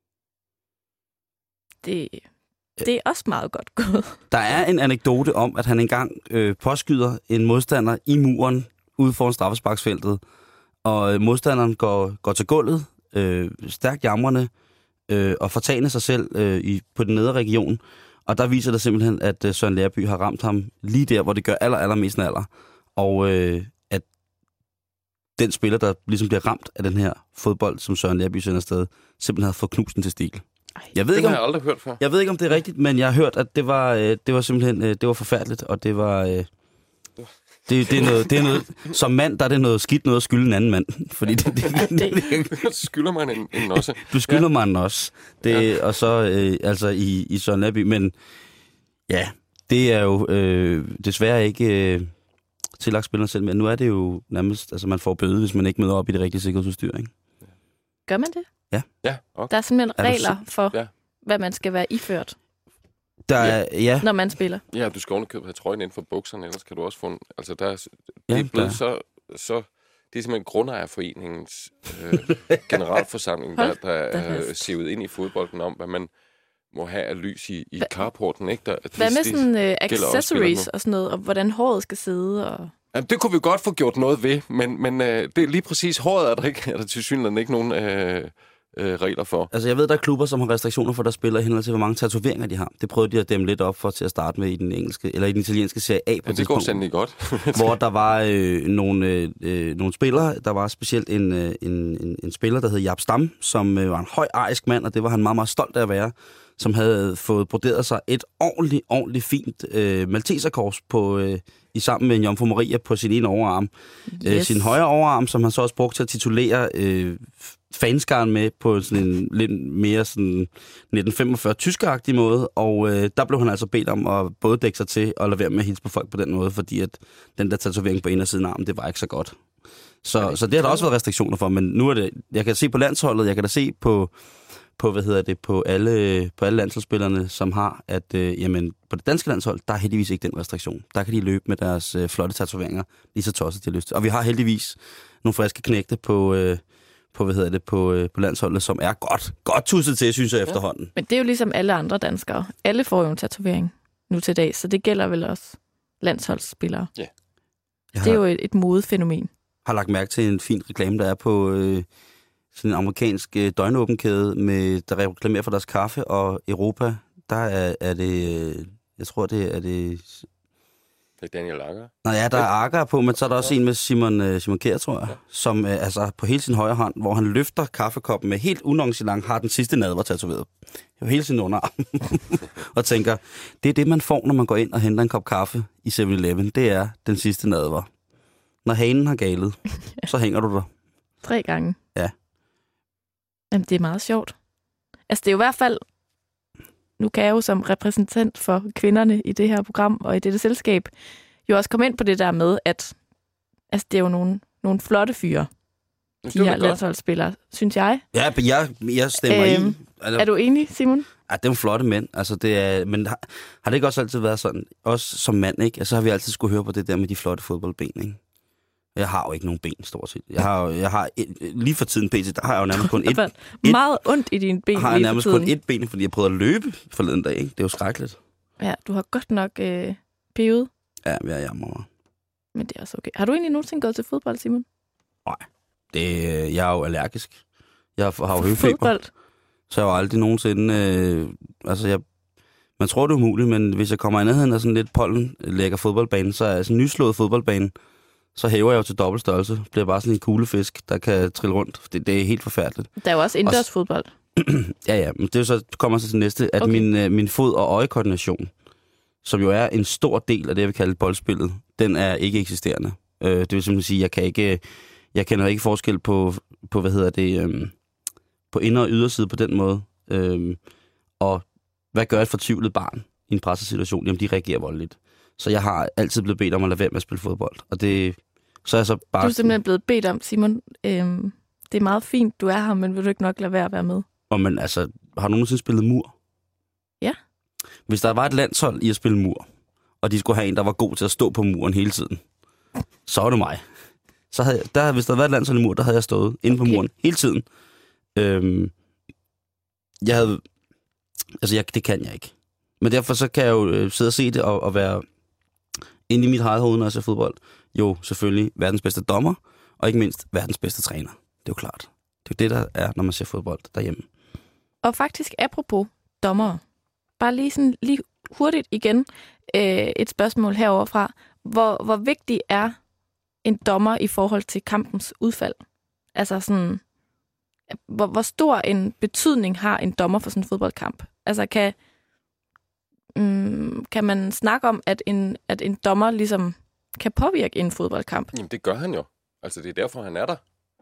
Det er også meget godt gået. Der er en anekdote om, at han engang påskyder en modstander i muren ude foran straffesparksfeltet, og modstanderen går til gulvet, stærkt jamrende, og fortagende sig selv på den nedre region. Og der viser det simpelthen, at Søren Lerby har ramt ham lige der, hvor det gør allermest naller. Og at den spiller, der ligesom bliver ramt af den her fodbold, som Søren Lerby sender afsted, simpelthen har fået knust den til stil. Det har jeg aldrig hørt før. Jeg ved ikke, om det er rigtigt, men jeg har hørt, at det var simpelthen det var forfærdeligt, og det var... Det er noget, som mand, der er det noget skidt noget at skylde en anden mand. Fordi det skylder man en også. Du skylder mig en også. Og så altså i Søren Lerby. Men ja, det er jo desværre ikke tillagt spillerne selv, men nu er det jo nærmest, altså man får bøde, hvis man ikke møder op i det rigtige sikkerhedsudstyr, ikke? Gør man det? Ja, okay. Der er simpelthen Er du regler for, hvad man skal være iført, Der er, ja, når man spiller. Ja, du skal ovenikøbet have trøjen inden for bukserne, ellers kan du også få en... Altså, det Ja, er blevet der- så... Det er simpelthen Grundejerforeningens generalforsamling, der da er fast. sivet ind i fodbolden om, hvad man må have af lys i carporten, ikke? Hvad med sådan også accessories spillerne. og sådan noget, og hvordan håret skal sidde? Og... Jamen, det kunne vi godt få gjort noget ved, men det er lige præcis håret, er der til synligheden ikke nogen regler for. altså jeg ved, der er klubber, som har restriktioner for, der spiller i henhold til, hvor mange tatoveringer de har. Det prøvede de at dæmme lidt op for til at starte med i den engelske, eller i den italienske Serie A på Men et det går tidspunkt, sandelig godt. hvor der var nogle spillere. Der var specielt en spiller, der hed Jaap Stam, som var en høj arisk mand, og det var han meget, meget stolt af at være, som havde fået broderet sig et ordentligt fint malteserkors på, i sammen med en Jomfru Maria på sin ene overarm. Yes. Sin højre overarm, som han så også brugte til at titulere fanskaren med på sådan en lidt mere sådan 1945 tyskeragtig måde, og der blev han altså bedt om at både dække sig til og lade være med at hilse på folk på den måde, fordi at den der tatovering på indersiden af armen, det var ikke så godt. Så det har der også været restriktioner for, men nu er det, jeg kan se på landsholdet, jeg kan da se på på alle landsholdsspillerne, som har, at jamen, på det danske landshold, der er heldigvis ikke den restriktion. Der kan de løbe med deres flotte tatoveringer, lige så tosset de har lyst til. Og vi har heldigvis nogle friske knægte på landsholdet, som er godt tusset til, synes jeg, efterhånden. Men det er jo ligesom alle andre danskere. Alle får jo en tatovering nu til dag, så det gælder vel også landsholdsspillere. Ja. Jeg Det er jo et modefænomen. har lagt mærke til en fin reklame, der er på sådan en amerikansk døgnåbenkæde, der reklamerer for deres kaffe, og Europa, der er det, jeg tror det er det... Det er Daniel Lager. Nå ja, der er Akker på, men så er der også en med Simon Kjær, tror jeg, som altså på hele sin højre hånd, hvor han løfter kaffekoppen med helt unoncelant, har den sidste nadver tatoveret. Jo, hele sin underarm. Og tænker, det er det, man får, når man går ind og henter en kop kaffe i 7-Eleven. Det er den sidste nadver. Når hanen har galet, så hænger du der. 3 gange. Ja. Jamen, det er meget sjovt. Altså, det er jo i hvert fald... Nu kan jeg jo som repræsentant for kvinderne i det her program og i dette selskab jo også komme ind på det der med, at altså, det er jo nogle flotte fyre, de her landsholdsspillere, synes jeg. Ja, men jeg stemmer i. Altså, Er du enig, Simon? Ja, det er jo flotte mænd. Altså, det er, men har det ikke også altid været sådan, også som mand, ikke? Altså, har vi altid skulle høre på det der med de flotte fodboldben, ikke? Jeg har jo ikke nogen ben, stort set. Jeg har lige for tiden, PC, der har jeg jo nærmest kun et meget ondt i dine ben har jeg lige for nærmest tiden. kun et ben, fordi jeg prøvede at løbe forleden dag, ikke? Det er jo skrækkeligt. Ja, du har godt nok pevet, Ja, jeg jammer. men det er også okay. Har du egentlig nogensinde gået til fodbold, Simon? Jeg er jo allergisk. Jeg har jo høfeber, Fodbold? så jeg har jo aldrig nogensinde... man tror, det er umuligt, men hvis jeg kommer i nærheden af sådan lidt pollenlækker fodboldbane, så er sådan en nyslået fodboldbane, så hæver jeg jo til dobbelt størrelse. Bliver bare sådan en kuglefisk, der kan trille rundt. Det er helt forfærdeligt. Der er jo også indendørs fodbold. Ja, men det er jo så, kommer så til næste, at Okay. min fod- og øjekoordination, som jo er en stor del af det, jeg vil kalde boldspillet, den er ikke eksisterende. Det vil simpelthen sige, at jeg kender ikke forskel på på inder- og yderside på den måde. Og hvad gør et fortvivlet barn i en pressesituation? Jamen, de reagerer voldeligt. Så jeg har altid blevet bedt om at lade være med at spille fodbold. Og det, så er jeg så bare... Du er simpelthen blevet bedt om, Simon, det er meget fint, du er her, men vil du ikke nok lade være at være med? Men altså, har du nogensinde spillet mur? Ja. Hvis der var et landshold i at spille mur, og de skulle have en, der var god til at stå på muren hele tiden, så var det mig. Så havde hvis der havde været et landshold i mur, der havde jeg stået inde på muren hele tiden. Det kan jeg ikke. Men derfor så kan jeg jo sidde og se det og være inde i mit eget hoved, når jeg ser fodbold. Jo, selvfølgelig verdens bedste dommer, og ikke mindst verdens bedste træner. Det er jo klart. Det er jo det, der er, når man ser fodbold derhjemme. Og faktisk, apropos dommere, bare lige hurtigt igen et spørgsmål heroverfra. Hvor vigtig er en dommer i forhold til kampens udfald? Altså sådan, hvor stor en betydning har en dommer for sådan en fodboldkamp? Altså kan man snakke om, at en dommer ligesom kan påvirke en fodboldkamp? Jamen, det gør han jo. Altså, det er derfor, han er der.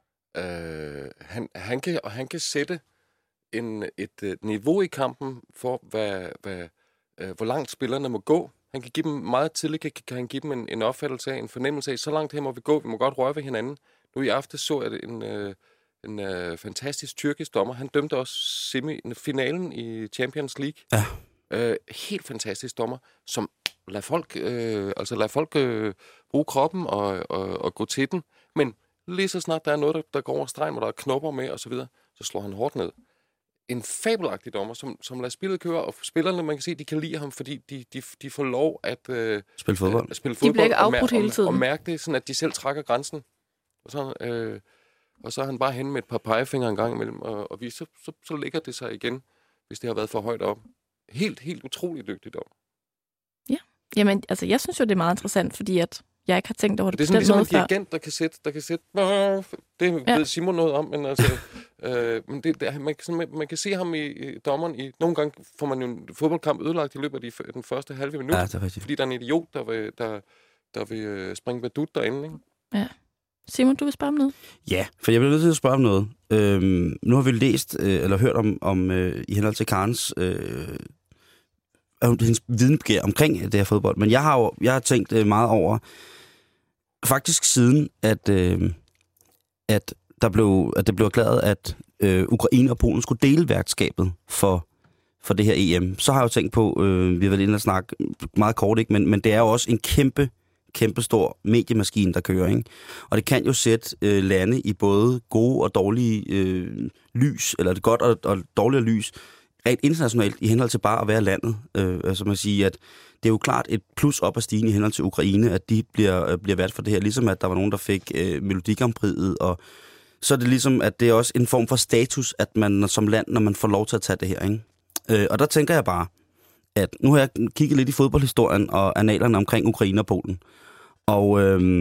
Han kan sætte et niveau i kampen for, hvor langt spillerne må gå. Han kan give dem meget tidligt, kan han give dem en opfattelse af, en fornemmelse af, så langt her må vi gå, vi må godt røre ved hinanden. Nu i aften så jeg en fantastisk tyrkisk dommer. Han dømte også semifinalen i Champions League. Ja. Helt fantastisk dommer, som lader folk bruge kroppen og gå til den. Men lige så snart der er noget, der går over stregen, hvor der er knopper med osv., så slår han hårdt ned. En fabelagtig dommer, som lader spillet køre, og spillerne, man kan se, de kan lide ham, fordi de får lov at spille fodbold. De bliver ikke afbrudt hele tiden. Og mærke det, sådan at de selv trækker grænsen. Og så er han bare henne med et par pegefingre en gang imellem, og så ligger det sig igen, hvis det har været for højt op. Helt utroligt dygtigt op. Ja, jamen, altså jeg synes jo, det er meget interessant, fordi at jeg ikke har tænkt over det. Det er sådan ligesom en dirigent, der kan sætte det ved Simon noget om, men altså, man kan se ham i dommeren nogle gange får man jo en fodboldkamp ødelagt i løbet af den første halve minut, fordi der er en idiot, der vil springe badut derinde, ikke? Ja. Simon, du vil spørge om noget? Ja, for jeg bliver nødt til at spørge om noget. Nu har vi læst eller hørt om i henhold til Karens hendes videnbegær omkring det her fodbold, men jeg har tænkt meget over, faktisk siden, at det blev erklæret, at Ukraine og Polen skulle dele værtskabet for det her EM, så har jeg jo tænkt på, vi har været inde og snakke meget kort, ikke? Men det er jo også en kæmpe stor mediemaskine, der kører, ikke? Og det kan jo sætte lande i både gode og dårlige lys, eller det godt og dårligere lys, rent internationalt i henhold til bare at være landet. Altså man siger, at det er jo klart et plus op at stige i henhold til Ukraine, at de bliver vært for det her, ligesom at der var nogen, der fik Melodi Grand Prix'et, og så er det ligesom, at det er også en form for status, at man som land, når man får lov til at tage det her, ikke? Og der tænker jeg bare, at nu har jeg kigget lidt i fodboldhistorien og analerne omkring Ukraine og Polen. Og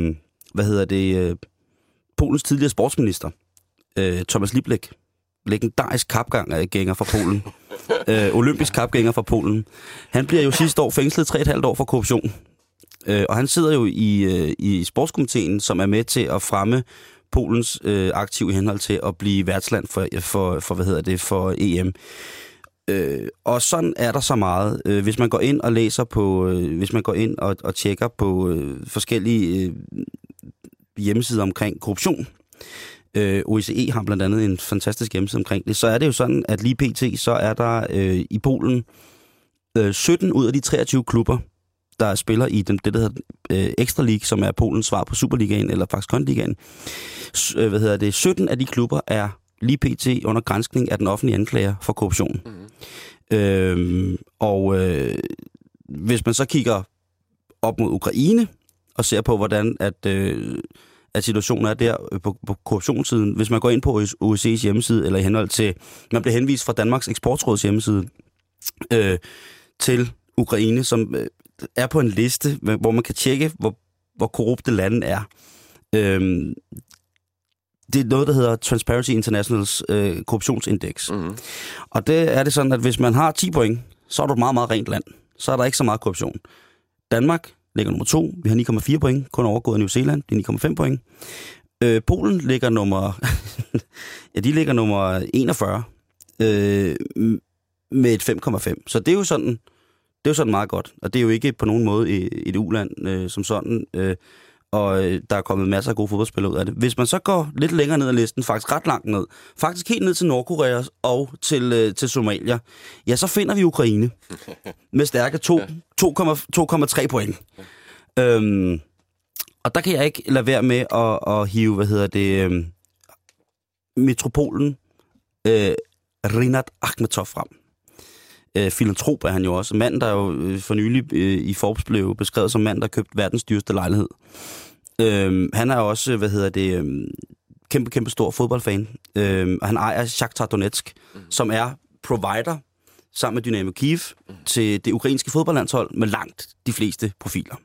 Polens tidligere sportsminister, Thomas Lieblich, legendarisk kapgænger fra Polen, olympisk kapgænger fra Polen, han bliver jo sidste år fængslet 3,5 år for korruption. Og han sidder jo i sportskomiteen, som er med til at fremme Polens aktiv i henhold til at blive værtsland for EM. Og sådan er der så meget. Hvis man går ind og læser på, hvis man går ind og tjekker på forskellige hjemmesider omkring korruption, OSCE har blandt andet en fantastisk hjemmeside omkring det, så er det jo sådan, at lige pt. Så er der i Polen 17 ud af de 23 klubber, der spiller i det der hedder Extra League, som er Polens svar på Superligaen, eller faktisk Konligaen. 17 af de klubber er lige pt. Under granskning af den offentlige anklager for korruption. Hvis man så kigger op mod Ukraine og ser på, hvordan at situationen er der på korruptionssiden, hvis man går ind på OEC's hjemmeside, eller i henhold til, man bliver henvist fra Danmarks Eksportråds hjemmeside til Ukraine, som er på en liste, hvor man kan tjekke, hvor korrupte landet er. Det er noget, der hedder Transparency Internationals korruptionsindeks. Mm-hmm. Og det er det sådan, at hvis man har 10 point, så er du et meget, meget rent land. Så er der ikke så meget korruption. Danmark ligger nummer 2. Vi har 9,4 point, kun overgået af New Zealand. Det er 9,5 point. Polen ligger de ligger nummer 41 med et 5,5. Så det er jo sådan meget godt. Og det er jo ikke på nogen måde et uland som sådan. Og der er kommet masser af gode fodboldspillere ud af det. Hvis man så går lidt længere ned ad listen, faktisk ret langt ned, faktisk helt ned til Nordkorea og til Somalia, ja, så finder vi Ukraine med stærke 2,3 point. Og der kan jeg ikke lade være med at hive, metropolen Rinat Akhmetov frem. Filantrop er han jo også. Manden, der jo for nylig i Forbes blev beskrevet som mand, der købte verdens dyreste lejlighed. Han er også, kæmpe stor fodboldfan. Og han ejer Shakhtar Donetsk, som er provider sammen med Dynamo Kyiv til det ukrainske fodboldlandshold med langt de fleste profiler.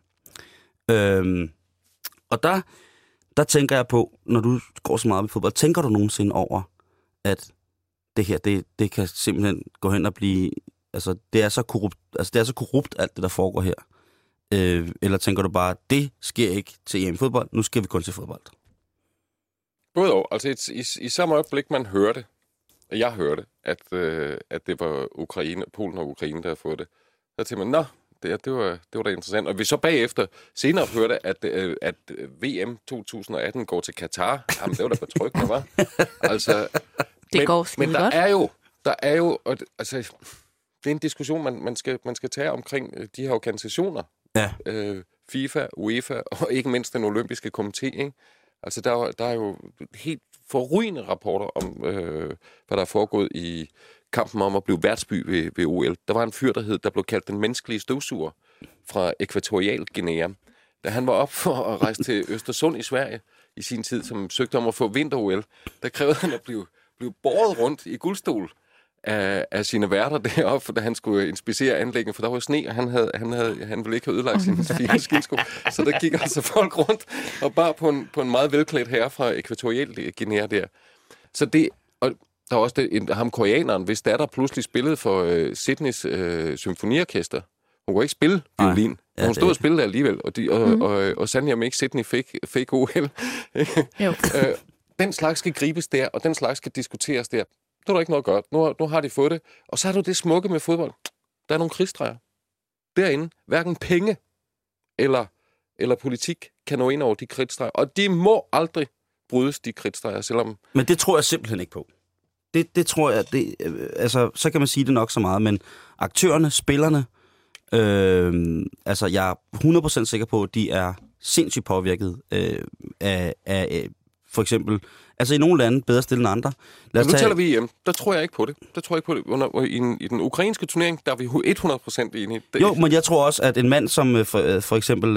Og der tænker jeg på, når du går så meget med fodbold, tænker du nogensinde over, at det her, det kan simpelthen gå hen og blive, altså det er så korrupt alt det, der foregår her. Eller tænker du bare, det sker ikke til EM-fodbold, nu skal vi kun til fodbold? Både og. Altså i samme øjeblik, man hørte, jeg hørte, at det var Polen og Ukraine, der har fået det. Så tænkte man, det var da interessant. Og vi så bagefter senere hørte, at VM 2018 går til Katar. Jamen, det var da betryggende, var. Altså, Det går skide men der er jo, altså, det er en diskussion, man skal tage omkring de her organisationer. Ja. FIFA, UEFA og ikke mindst den olympiske komité, ikke? Altså, der er jo helt forrygende rapporter om, hvad der er foregået i kampen om at blive værtsby ved OL. Der var en fyr, der blev kaldt den menneskelige støvsuger fra Ækvatorial Guinea. Da han var op for at rejse til Østersund i Sverige i sin tid, som søgte om at få vinter-OL, der krævede han at blive båret rundt i guldstol af sine værter deroppe, da han skulle inspicere anlægget, for der var sne, og han ville ikke have ødelagt sine fine skisko. Så der gik altså folk rundt og bare på en meget velklædt herre fra Ækvatorial Guinea der. Så det, og der var også ham koreaneren, hvis der pludselig spillede for Sydneys symfoniorkester. Hun kunne ikke spille violin. Ja, hun stod og spillede alligevel, og sandelig om ikke Sydney fake OL. Den slags skal gribes der, og den slags skal diskuteres der. Det er der ikke noget godt. Nu har de fået det. Og så er du det smukke med fodbold. Der er nogle krigsstreger. Derinde, hverken penge eller politik kan nå ind over de krigsstreger. Og de må aldrig brydes, de krigsstreger, selvom... Men det tror jeg simpelthen ikke på. Det tror jeg... altså, så kan man sige det nok så meget, men aktørerne, spillerne... altså, jeg er 100% sikker på, at de er sindssygt påvirket af for eksempel... Altså i nogle lande bedre stillet end andre. Nu taler vi EM. Der tror jeg ikke på det. I den ukrainske turnering, der er vi 100% enige. Jo, men jeg tror også, at en mand som for eksempel...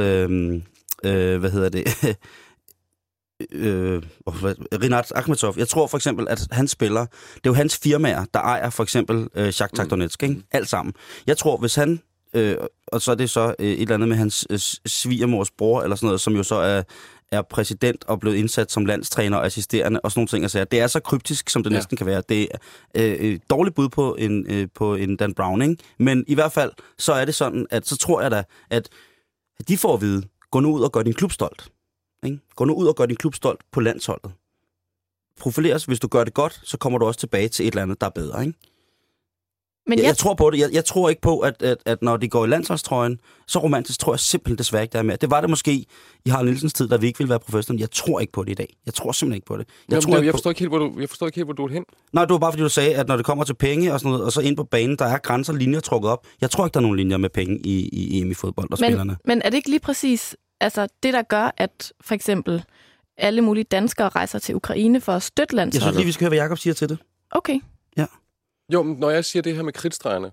Rinat Akhmetov. Jeg tror for eksempel, at han spiller... Det er jo hans firmaer, der ejer for eksempel Shakhtar Donetsk, ikke? Alt sammen. Jeg tror, hvis han... og så er det så et eller andet med hans svigermors bror, eller sådan noget, som jo så er præsident og blevet indsat som landstræner og assisterende og sådan nogle ting. Altså, det er så kryptisk, som det næsten kan være. Det er dårligt bud på en Dan Brown, ikke? Men i hvert fald, så er det sådan, at så tror jeg da, at de får at vide, gå nu ud og gør din klub stolt. Ikke? Gå nu ud og gør din klub stolt på landsholdet. Profileres, hvis du gør det godt, så kommer du også tilbage til et eller andet, der er bedre, ikke? Men jeg tror på det. Jeg tror ikke på, at når de går i landsholdstrøjen, så romantisk tror jeg simpelthen desværre ikke, der er mere. Det var det måske i Harald Nielsens tid, da vi ikke ville være professionelle. Jeg tror ikke på det i dag. Jeg tror simpelthen ikke på det. Jeg forstår ikke helt, hvor du er hen. Nej, det var bare fordi, du sagde, at når det kommer til penge og sådan noget, og så ind på banen, der er grænser, linjer trukket op. Jeg tror ikke, der er nogen linjer med penge i EM i fodbold og spillerne. Men er det ikke lige præcis altså, det, der gør, at for eksempel alle mulige danskere rejser til Ukraine for at støtte landsholdet? Jeg synes lige, vi skal høre, hvad Jacob siger til det. Okay. Ja. Jo, når jeg siger det her med kridtstregerne,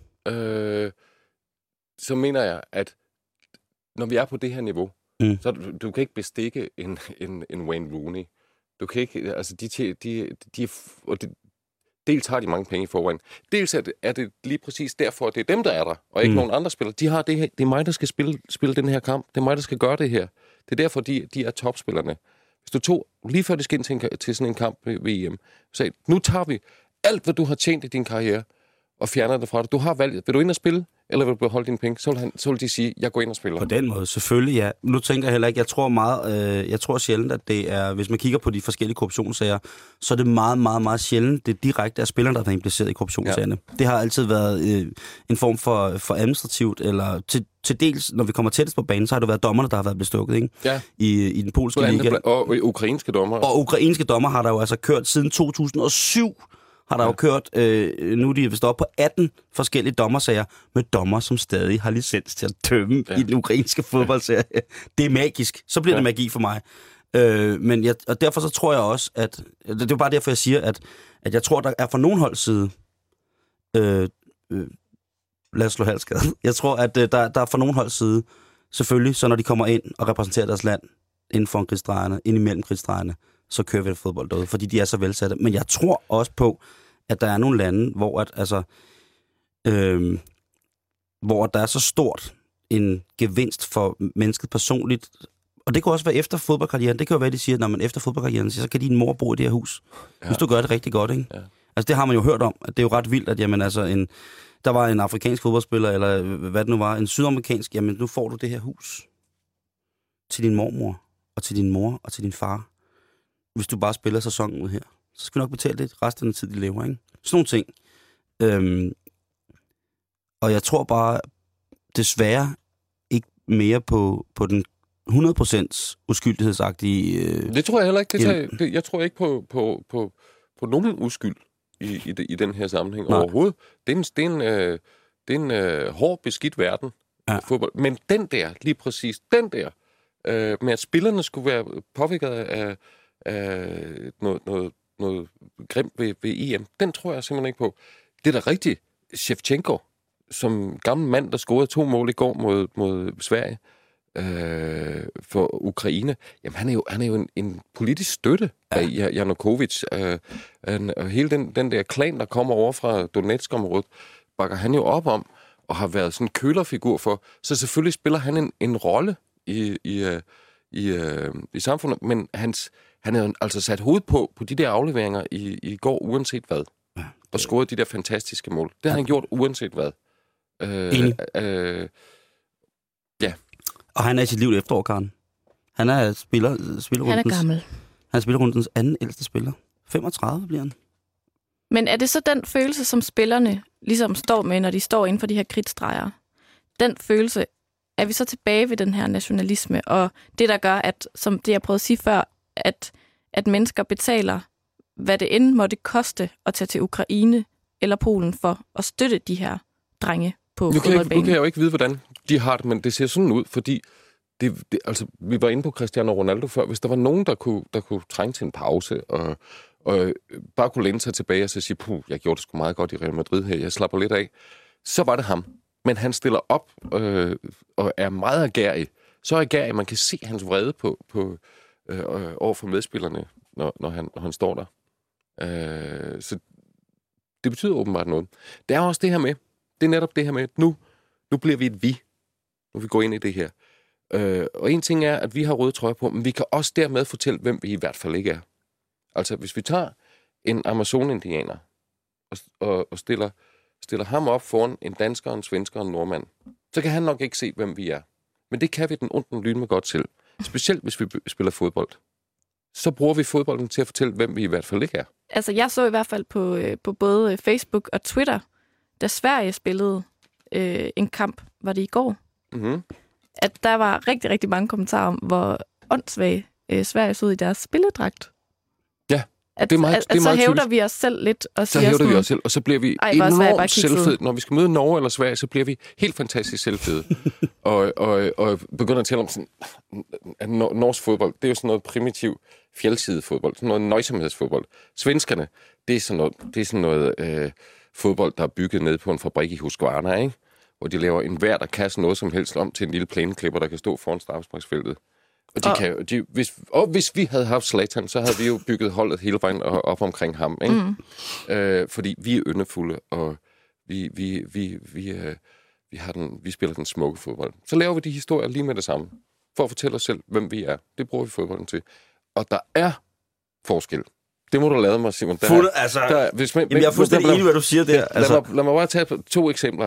så mener jeg, at når vi er på det her niveau, så du kan ikke bestikke en Wayne Rooney. Du kan ikke, altså dels har de mange penge i forvejen. Dels er det lige præcis derfor, at det er dem, der er der, og ikke nogen andre spillere. De har det her, det er mig, der skal spille den her kamp. Det er mig, der skal gøre det her. Det er derfor, de er topspillerne. Hvis du tog, lige før det skal ind til sådan en kamp ved EM, så nu tager vi alt, hvad du har tjent i din karriere, og fjerner det fra dig. Du har valgt, vil du ind og spille, eller vil du beholde dine penge? Så vil de sige, jeg går ind og spiller. På den måde, selvfølgelig, ja. Nu tænker jeg heller ikke, jeg tror sjældent, at det er, hvis man kigger på de forskellige korruptionssager, så er det meget, meget, meget sjældent, det direkte er spillerne, der er impliceret i korruptionssagerne. Ja. Det har altid været en form for administrativt, eller til dels, når vi kommer tættest på banen, så har det været dommerne, der har været bestukket, ikke? Ja. I den polske liga. Og ukrainske dommer. Og ukrainske dommer har der jo altså kørt siden 2007, har der jo kørt, nu er de vist oppe på 18 forskellige dommersager, med dommer, som stadig har licens til at dømme i den ukrainske fodboldserie. Det er magisk. Så bliver det magi for mig. Og derfor så tror jeg også, at... Det er bare derfor, jeg siger, at jeg tror, der er fra nogen holds side... lad os slå halskade. Jeg tror, at der er fra nogen holds side, selvfølgelig, så når de kommer ind og repræsenterer deres land inden for krigsstregerne, ind imellem krigsstregerne, så kører vi fodbold derude, fordi de er så velsatte. Men jeg tror også på, at der er nogle lande, hvor hvor der er så stort en gevinst for mennesket personligt. Og det kan også være efter fodboldkarrieren. Det kan jo være, at de siger, at når man efter fodboldkarrieren, så kan din mor bo i det her hus. Ja. Hvis du gør det rigtig godt, ikke? Ja. Altså det har man jo hørt om. At det er jo ret vildt, at jamen, altså, der var en afrikansk fodboldspiller, eller hvad det nu var, en sydamerikansk, jamen nu får du det her hus til din mormor, og til din mor, og til din far. Hvis du bare spiller sæsonen ud her, så skal du nok betale det resten af den tid, de lever, ikke? Sådan nogle ting. Og jeg tror bare, desværre ikke mere på den 100% uskyldighedsagtige... Det tror jeg heller ikke. Jeg tror ikke på nogen uskyld i den her sammenhæng overhovedet. Det er en hård, beskidt verden. Ja. Fodbold. Men lige præcis den der, med at spillerne skulle være påvirket af noget grimt ved EM, den tror jeg simpelthen ikke på. Det er da rigtigt. Shevchenko, som gammel mand, der scorede 2 mål i går mod Sverige for Ukraine, jamen han er jo en politisk støtte af Janukovic. Og hele den der klan, der kommer over fra Donetsk-området, bakker han jo op om, og har været sådan en kølerfigur for. Så selvfølgelig spiller han en rolle i samfundet, men han er altså sat hovedet på de der afleveringer i går, uanset hvad. Ja, og scoret de der fantastiske mål. Det har han gjort, uanset hvad. Ja. Og han er i sit liv efterår, Karen. Han er spiller han er gammel. Han er spillerundens anden ældste spiller. 35 bliver han. Men er det så den følelse, som spillerne ligesom står med, når de står inden for de her kridtstreger? Den følelse, er vi så tilbage ved den her nationalisme, og det, der gør, at, som det jeg prøvede at sige før, at mennesker betaler, hvad det end måtte koste at tage til Ukraine eller Polen for at støtte de her drenge på fodboldbanen. Nu kan jeg jo ikke vide, hvordan de har det, men det ser sådan ud, fordi altså, vi var inde på Cristiano Ronaldo før. Hvis der var nogen, der kunne trænge til en pause og bare kunne læne sig tilbage og så sige, jeg gjorde det sgu meget godt i Real Madrid her, jeg slapper lidt af, så var det ham. Men han stiller op og er meget agerig. Så agerig, man kan se hans vrede over for medspillerne, når han står der. Så det betyder åbenbart noget. Det er også det her med, det er netop det her med, nu bliver vi et vi. Nu vi går ind i det her. Og en ting er, at vi har røde trøjer på, men vi kan også dermed fortælle, hvem vi i hvert fald ikke er. Altså, hvis vi tager en Amazon-indianer og stiller ham op foran en dansker, en svensker og en nordmand, så kan han nok ikke se, hvem vi er. Men det kan vi den onden lyne med godt til. Specielt hvis vi spiller fodbold. Så bruger vi fodbolden til at fortælle, hvem vi i hvert fald ikke er. Altså, jeg så i hvert fald på både Facebook og Twitter, da Sverige spillede en kamp, var det i går, at der var rigtig, rigtig mange kommentarer om, hvor åndssvagt Sverige så ud i deres spilledragt. Ja, det er meget typisk. Så hævder vi os selv lidt og siger så hævder vi os selv, og så bliver vi enormt selvfede. Når vi skal møde Norge eller Sverige, så bliver vi helt fantastisk selvfede. og begynder at tale om sådan, at norsk fodbold, det er jo sådan noget primitiv fjeldsidefodbold, sådan noget nøjsomhedsfodbold. Svenskerne, det er sådan noget fodbold, der er bygget ned på en fabrik i Husqvarna, ikke? Hvor de laver enhver, der kaster noget som helst om til en lille plæneklipper, der kan stå foran straffesparksfeltet. Og hvis vi havde haft Zlatan, så havde vi jo bygget holdet hele vejen op omkring ham, ikke? Fordi vi er yndefulde, og vi spiller den smukke fodbold. Så laver vi de historier lige med det samme, for at fortælle os selv, hvem vi er. Det bruger vi fodbolden til. Og der er forskel. Det må du lade mig, Simon. Jeg er fuldstændig enig, hvad du siger der. Lad mig bare tage 2 eksempler.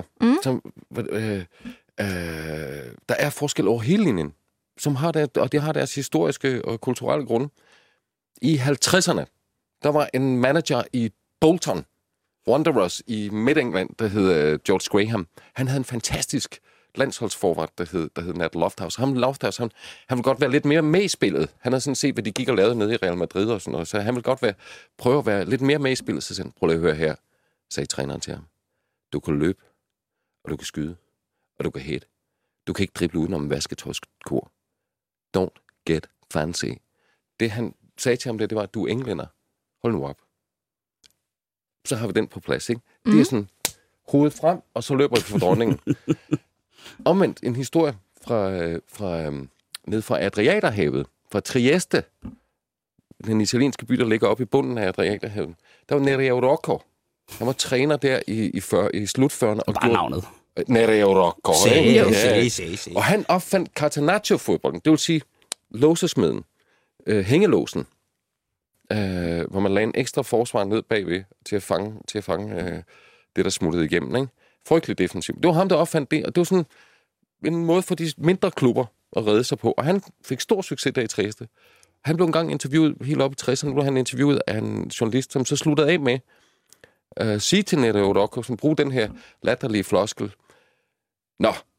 Der er forskel over hele linjen, som har det, og det har deres historiske og kulturelle grunde. I 50'erne, der var en manager i Bolton Wanderers i Midt-England, der hed George Graham. Han havde en fantastisk landsholdsforward, der hed Nat Lofthouse. Han ville godt være lidt mere med i spillet. Han havde sådan set, hvad de gik og lavede nede i Real Madrid og sådan noget, så han ville godt prøve at være lidt mere med i spillet. Så sagde han, prøv lige at høre her, sagde træneren til ham. Du kan løbe, og du kan skyde, og du kan hætte. Du kan ikke drible udenom en vasketøjskur. Don't get fancy. Det han sagde til ham, det var, at du er englænder. Hold nu op. Så har vi den på plads, ikke? Det er sådan, hovedet frem, og så løber vi for dronningen. Omvendt en historie ned fra Adriaterhavet, fra Trieste, den italienske by, der ligger oppe i bunden af Adriaterhavet. Der var Nereo Rocco. Han var træner der i slut-40'erne. Bare navnet. Nereo Rocco. Og han opfandt catenaccio-fodbolden, det vil sige låsesmeden, hængelåsen, hvor man lagde en ekstra forsvar ned bagved til at fange det, der smuttede igennem, ikke? Frygtelig defensivt. Det var ham, der opfandt det, og det var sådan en måde for de mindre klubber at redde sig på. Og han fik stor succes der i Trieste. Han blev engang interviewet, helt op i 60'erne, blev han interviewet af en journalist, som så sluttede af med sige til Nereo Rocco, som brugte den her latterlige floskel. Nå,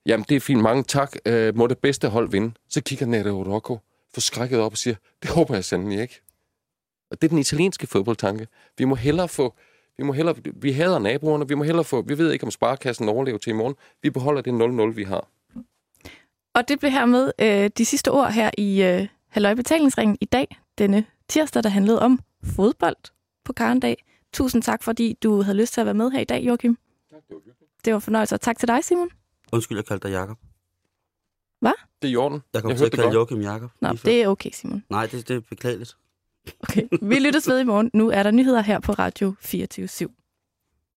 Jamen, det er fint, mange tak. Må det bedste hold vinde. Så kigger Nero Rocco forskrækket op og siger, det håber jeg sandelig ikke. Og det er den italienske fodboldtanke. Vi hader naboerne, vi ved ikke, om Sparekassen overlever til i morgen. Vi beholder det 0-0, vi har. Og det blev hermed de sidste ord her i Halløj Betalingsringen i dag, denne tirsdag, der handlede om fodbold på Karndag. Tusind tak, fordi du havde lyst til at være med her i dag, Joachim. Tak, det var hyggeligt. Det var fornøjelse, og tak til dig, Simon. Undskyld, jeg kaldte dig Jakob. Hvad? Det er i orden. Jeg kommer til at kalde Joachim Jakob. Nå, det er okay, Simon. Nej, det er beklageligt. Okay, vi lyttes ved i morgen. Nu er der nyheder her på Radio 24/7.